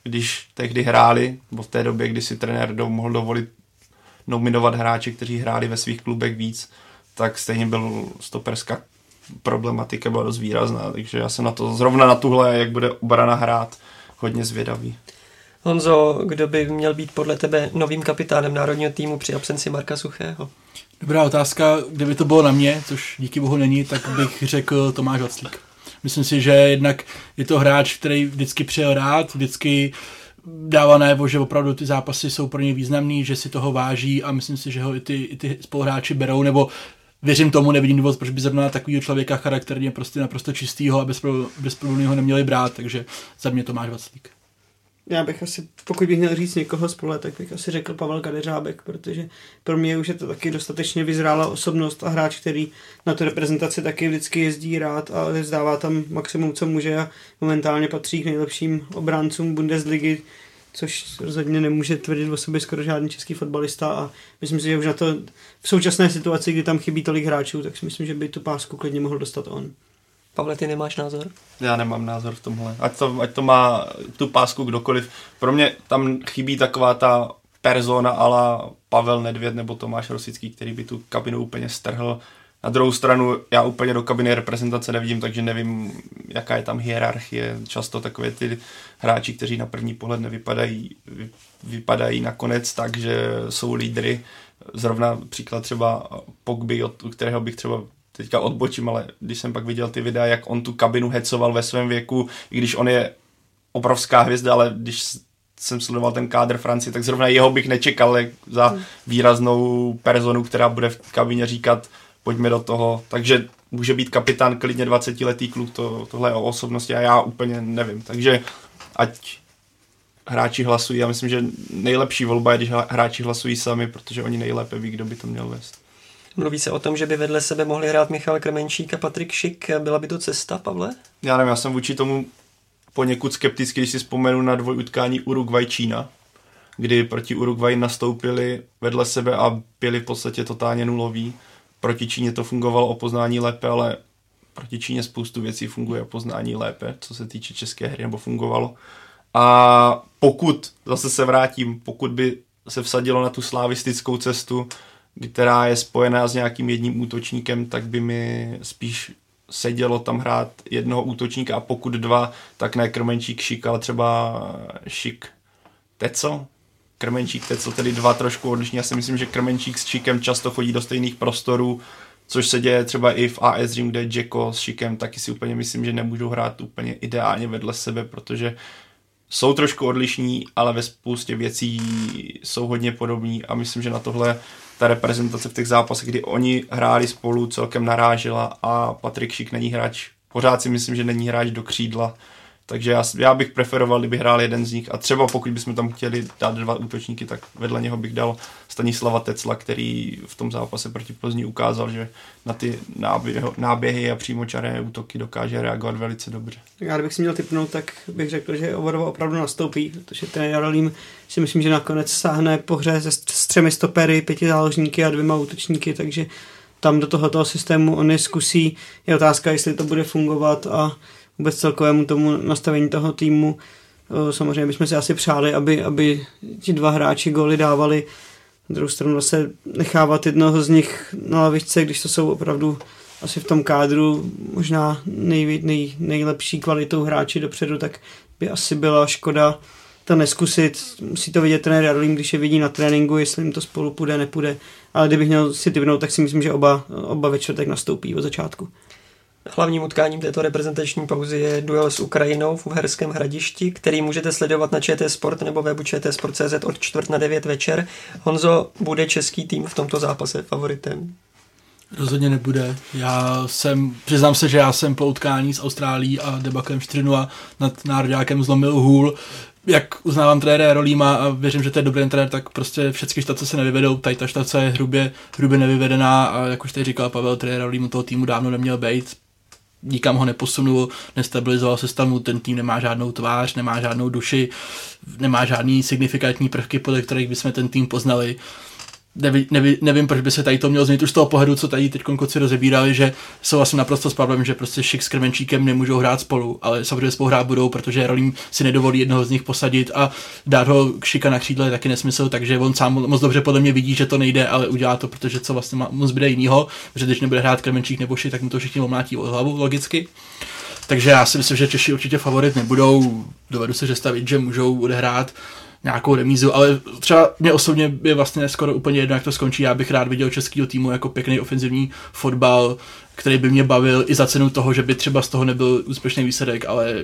když tehdy hráli, nebo v té době, kdy si trenér do, mohl dovolit nominovat hráče, kteří hráli ve svých klubech víc, tak stejně byl stoperská problematika byla dost výrazná, takže já jsem na to zrovna na tuhle, jak bude obrana hrát, hodně zvědavý. Honzo, kdo by měl být podle tebe novým kapitánem národního týmu při absenci Marka Suchého? Dobrá otázka, kdyby to bylo na mě, což díky bohu není, tak bych řekl Tomáš Vaclík. Myslím si, že jednak je to hráč, který vždycky přijel rád, vždycky dává najevo, že opravdu ty zápasy jsou pro ně významný, že si toho váží a myslím si, že ho i ty, i ty spoluhráči berou, nebo věřím tomu, nevidím důvod, proč by zrovna takovýho člověka charakterně prostě naprosto čistýho a bezproblémního neměli brát, takže za mě Tomáš Vaclík. Já bych asi, pokud bych měl říct někoho z pole, tak bych asi řekl Pavel Kadeřábek, protože pro mě už je to taky dostatečně vyzrálá osobnost a hráč, který na tu reprezentaci taky vždycky jezdí rád a vzdává tam maximum, co může a momentálně patří k nejlepším obráncům Bundesligy, což rozhodně nemůže tvrdit o sobě skoro žádný český fotbalista a myslím si, že už na to v současné situaci, kdy tam chybí tolik hráčů, tak si myslím, že by tu pásku klidně mohl dostat on. Pavle, ty nemáš názor? Já nemám názor v tomhle. Ať to, ať to má tu pásku kdokoliv. Pro mě tam chybí taková ta persona ala Pavel Nedvěd nebo Tomáš Rosický, který by tu kabinu úplně strhl. Na druhou stranu já úplně do kabiny reprezentace nevidím, takže nevím, jaká je tam hierarchie. Často takové ty hráči, kteří na první pohled nevypadají, vy, vypadají nakonec tak, že jsou lídry. Zrovna příklad třeba Pogby, od kterého bych třeba teďka odbočím, ale když jsem pak viděl ty videa, jak on tu kabinu hecoval ve svém věku, i když on je obrovská hvězda, ale když jsem sledoval ten kádr Francie, tak zrovna jeho bych nečekal za výraznou personu, která bude v kabině říkat, pojďme do toho. Takže může být kapitán klidně dvacetiletý kluk, to, tohle je o osobnosti a já úplně nevím. Takže ať hráči hlasují, já myslím, že nejlepší volba je, když hráči hlasují sami, protože oni nejlépe ví, kdo by to měl vést. Mluví se o tom, že by vedle sebe mohli hrát Michal Krmenčík a Patrik Šik. Byla by to cesta, Pavle? Já nevím, já jsem vůči tomu poněkud skeptický, když si vzpomenu na dvojutkání Uruguay-Čína, kdy proti Uruguay nastoupili vedle sebe a byli v podstatě totálně nuloví. Proti Číně to fungovalo o poznání lépe, ale proti Číně spoustu věcí funguje o poznání lépe, co se týče české hry, nebo fungovalo. A pokud, zase se vrátím, pokud by se vsadilo na tu slavistickou cestu, která je spojená s nějakým jedním útočníkem, tak by mi spíš sedělo tam hrát jednoho útočníka a pokud dva, tak ne Krmenčík, Šik, ale třeba Šik Teco. Krmenčík Teco, tedy dva trošku odlišní. Já si myslím, že Krmenčík s Šikem často chodí do stejných prostorů, což se děje třeba i v A S Řím, kde Džeko s Šikem taky si úplně myslím, že nemůžou hrát úplně ideálně vedle sebe, protože jsou trošku odlišní, ale ve spoustě věcí jsou hodně podobní a myslím, že na tohle ta reprezentace v těch zápasech, kdy oni hráli spolu, celkem narážela a Patrik Šik není hráč, pořád si myslím, že není hráč do křídla, takže já, já bych preferoval, kdyby hrál jeden z nich a třeba pokud bychom tam chtěli dát dva útočníky, tak vedle něho bych dal Stanislava Tecla, který v tom zápase proti Plzni ukázal, že na ty náběhy, náběhy a přímočaré útoky dokáže reagovat velice dobře. Já kdybych si měl tipnout, tak bych řekl, že oba dva opravdu nastoupí, protože ten Jarolím si myslím, že nakonec sáhne po hře se s třemi stopery, pěti záložníky a dvěma útočníky, takže tam do tohoto systému on je zkusí. Je otázka, jestli to bude fungovat a vůbec celkovému tomu nastavení toho týmu. Samozřejmě bychom si asi přáli, aby, aby ti dva hráči góly dávali. Na druhou stranu zase nechávat jednoho z nich na lavičce, když to jsou opravdu asi v tom kádru možná nej, nej, nejlepší kvalitou hráči dopředu, tak by asi byla škoda to neskusit. Musí to vidět trenér Jarolím, když je vidí na tréninku, jestli jim to spolu půjde, nepůjde. Ale kdybych měl si tipnout, tak si myslím, že oba, oba ve čtvrtek nastoupí od začátku. Hlavním utkáním této reprezentační pauzy je duel s Ukrajinou v Uherském Hradišti, který můžete sledovat na ČT Sport nebo webu čtsport tečka cz od čtvrt na devět večer. Honzo, bude český tým v tomto zápase favoritem? Rozhodně nebude. Já jsem, přiznám se, že já jsem po utkání s Austrálií a debaklem čtyři nula nad nároďákem zlomil hůl. Jak uznávám trenéra Jarolíma a věřím, že to je dobrý trenér, tak prostě všechny štace se nevyvedou. Tady ta štace je hrubě, hrubě nevyvedená a jak už tady říkal Pavel, trenér Jarolím toho týmu dávno neměl být. Nikam ho neposunul, nestabilizoval se stavu, ten tým nemá žádnou tvář, nemá žádnou duši, nemá žádný signifikantní prvky, podle kterých bychom ten tým poznali. Neví, neví, nevím, proč by se tady to mělo změnit už z toho pohledu, co tady teď kluci rozebírali, že jsou asi naprosto s Pavlem, že prostě Šik s Krmenčíkem nemůžou hrát spolu, ale samozřejmě spolu hrát budou, protože Jarolím si nedovolí jednoho z nich posadit a dát ho Šika na křídle je taky nesmysl, takže on sám moc dobře podle mě vidí, že to nejde, ale udělá to, protože co vlastně má, mu zbyde jinýho, protože když nebude hrát Krmenčík nebo Šik, tak mu to všichni omlátí o hlavu logicky. Takže já si myslím, že Češi určitě favorit nebudou, dovedu se představit, že můžou odehrát nějakou remízu, ale třeba mě osobně je vlastně skoro úplně jedno, jak to skončí. Já bych rád viděl českýho týmu jako pěkný ofenzivní fotbal, který by mě bavil i za cenu toho, že by třeba z toho nebyl úspěšný výsledek, ale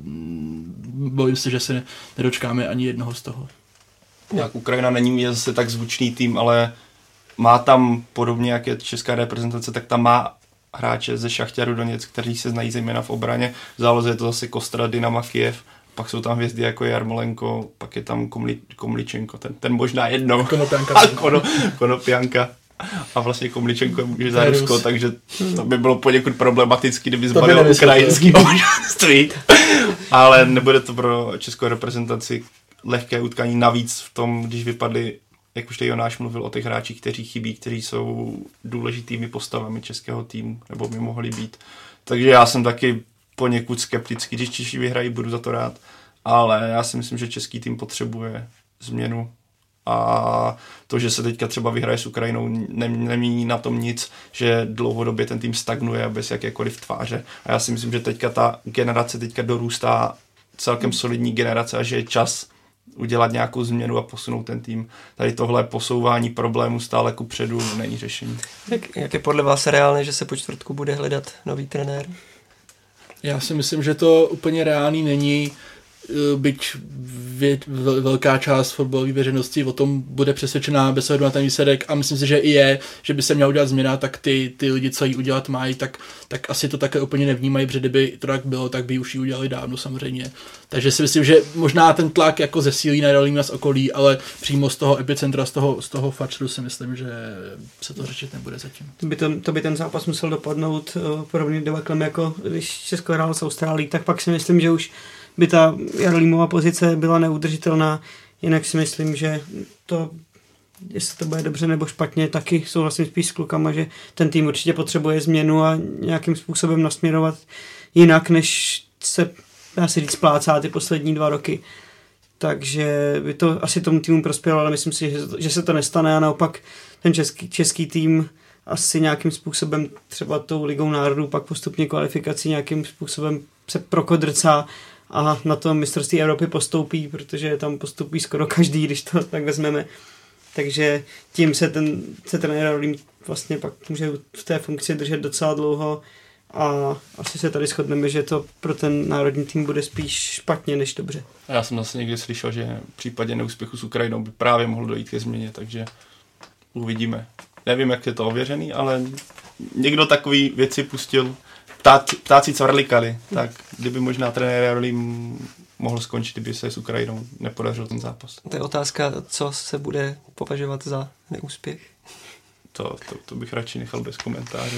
bojím se, že se nedočkáme ani jednoho z toho. Jak Ukrajina není zase tak zvučný tým, ale má tam podobně, jak je česká reprezentace, tak tam má hráče ze Šachtaru Doněck, kteří se znají zejména v obraně. V záloze je to zase Kostra, Dynama Kyjev. Pak jsou tam hvězdy jako Jarmolenko, pak je tam Komli, Komličenko, ten, ten možná jednou. Konopjanka. A kono, Konopjanka. A vlastně Komličenko může za Rusko, takže to by bylo poněkud problematický, kdyby zbalil ukrajinský občanství. Ale nebude to pro českou reprezentaci lehké utkání, navíc v tom, když vypadli, jak už tady Jonáš mluvil o těch hráčích, kteří chybí, kteří jsou důležitými postavami českého týmu, nebo by mohli být. Takže já jsem taky poněkud skeptický, když Češi vyhrají, budu za to rád, ale já si myslím, že český tým potřebuje změnu a to, že se teďka třeba vyhraje s Ukrajinou, nemění na tom nic, že dlouhodobě ten tým stagnuje bez jakékoliv tváře a já si myslím, že teďka ta generace teďka dorůstá celkem solidní generace a že je čas udělat nějakou změnu a posunout ten tým. Tady tohle posouvání problémů stále kupředu není řešení. Jak, jak je podle vás reálné, že se po čtvrtku bude hledat nový trenér? Já si myslím, že to úplně reálný není, byť vě, velká část fotbalové veřejnosti o tom bude přesvědčená bez ohledu na ten výsledek a myslím si, že i je, že by se měla udělat změna, tak ty, ty lidi, co ji udělat mají, tak, tak asi to také úplně nevnímají, protože kdyby to tak bylo, tak by už ji udělali dávno samozřejmě. Takže si myslím, že možná ten tlak jako zesílí na Jarolíma z okolí, ale přímo z toho epicentra, z toho, z toho fačru si myslím, že se to řešit nebude zatím. To by, to, to by ten zápas musel dopadnout uh, podobným debaklem, jako když Česko hrálo s Austrálií, tak pak si myslím, že už by ta Jarolímova pozice byla neudržitelná, jinak si myslím, že to, jestli to bude dobře nebo špatně, taky souhlasím spíš s klukama, že ten tým určitě potřebuje změnu a nějakým způsobem nasměrovat jinak, než se, dá se říct, plácá ty poslední dva roky. Takže by to asi tomu týmu prospělo, ale myslím si, že, že se to nestane a naopak ten český, český tým asi nějakým způsobem třeba tou ligou národů pak postupně kvalifikací nějakým způsobem se prokodrcá a na to mistrovství Evropy postoupí, protože tam postupí skoro každý, když to tak vezmeme. Takže tím se ten, se ten Jarolím vlastně pak může v té funkci držet docela dlouho a asi se tady shodneme, že to pro ten národní tým bude spíš špatně než dobře. A já jsem zase někdy slyšel, že v případě neúspěchu s Ukrajinou by právě mohlo dojít ke změně, takže uvidíme. Nevím, jak je to ověřený, ale někdo takový věci pustil. Ptáci, ptáci cvrlikali, tak kdyby možná trenér Jarolím mohl skončit, kdyby se s Ukrajinou nepodařil ten zápas. To je otázka, co se bude považovat za neúspěch. To, to, to bych radši nechal bez komentáře.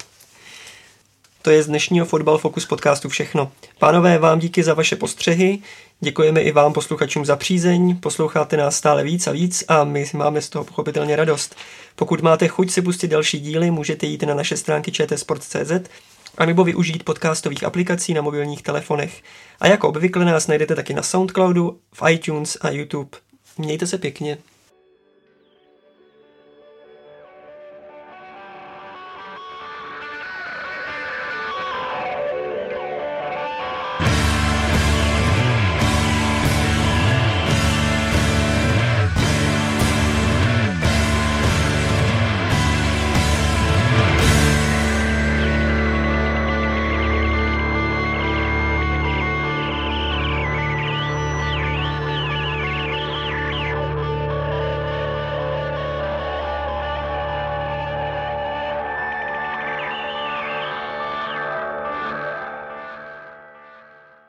To je z dnešního Fotbal Focus podcastu všechno. Pánové, vám díky za vaše postřehy, děkujeme i vám posluchačům za přízeň, posloucháte nás stále víc a víc a my máme z toho pochopitelně radost. Pokud máte chuť si pustit další díly, můžete jít na naše stránky č t sport tečka c z a nebo využít podcastových aplikací na mobilních telefonech. A jako obvykle nás najdete taky na Soundcloudu, v iTunes a YouTube. Mějte se pěkně.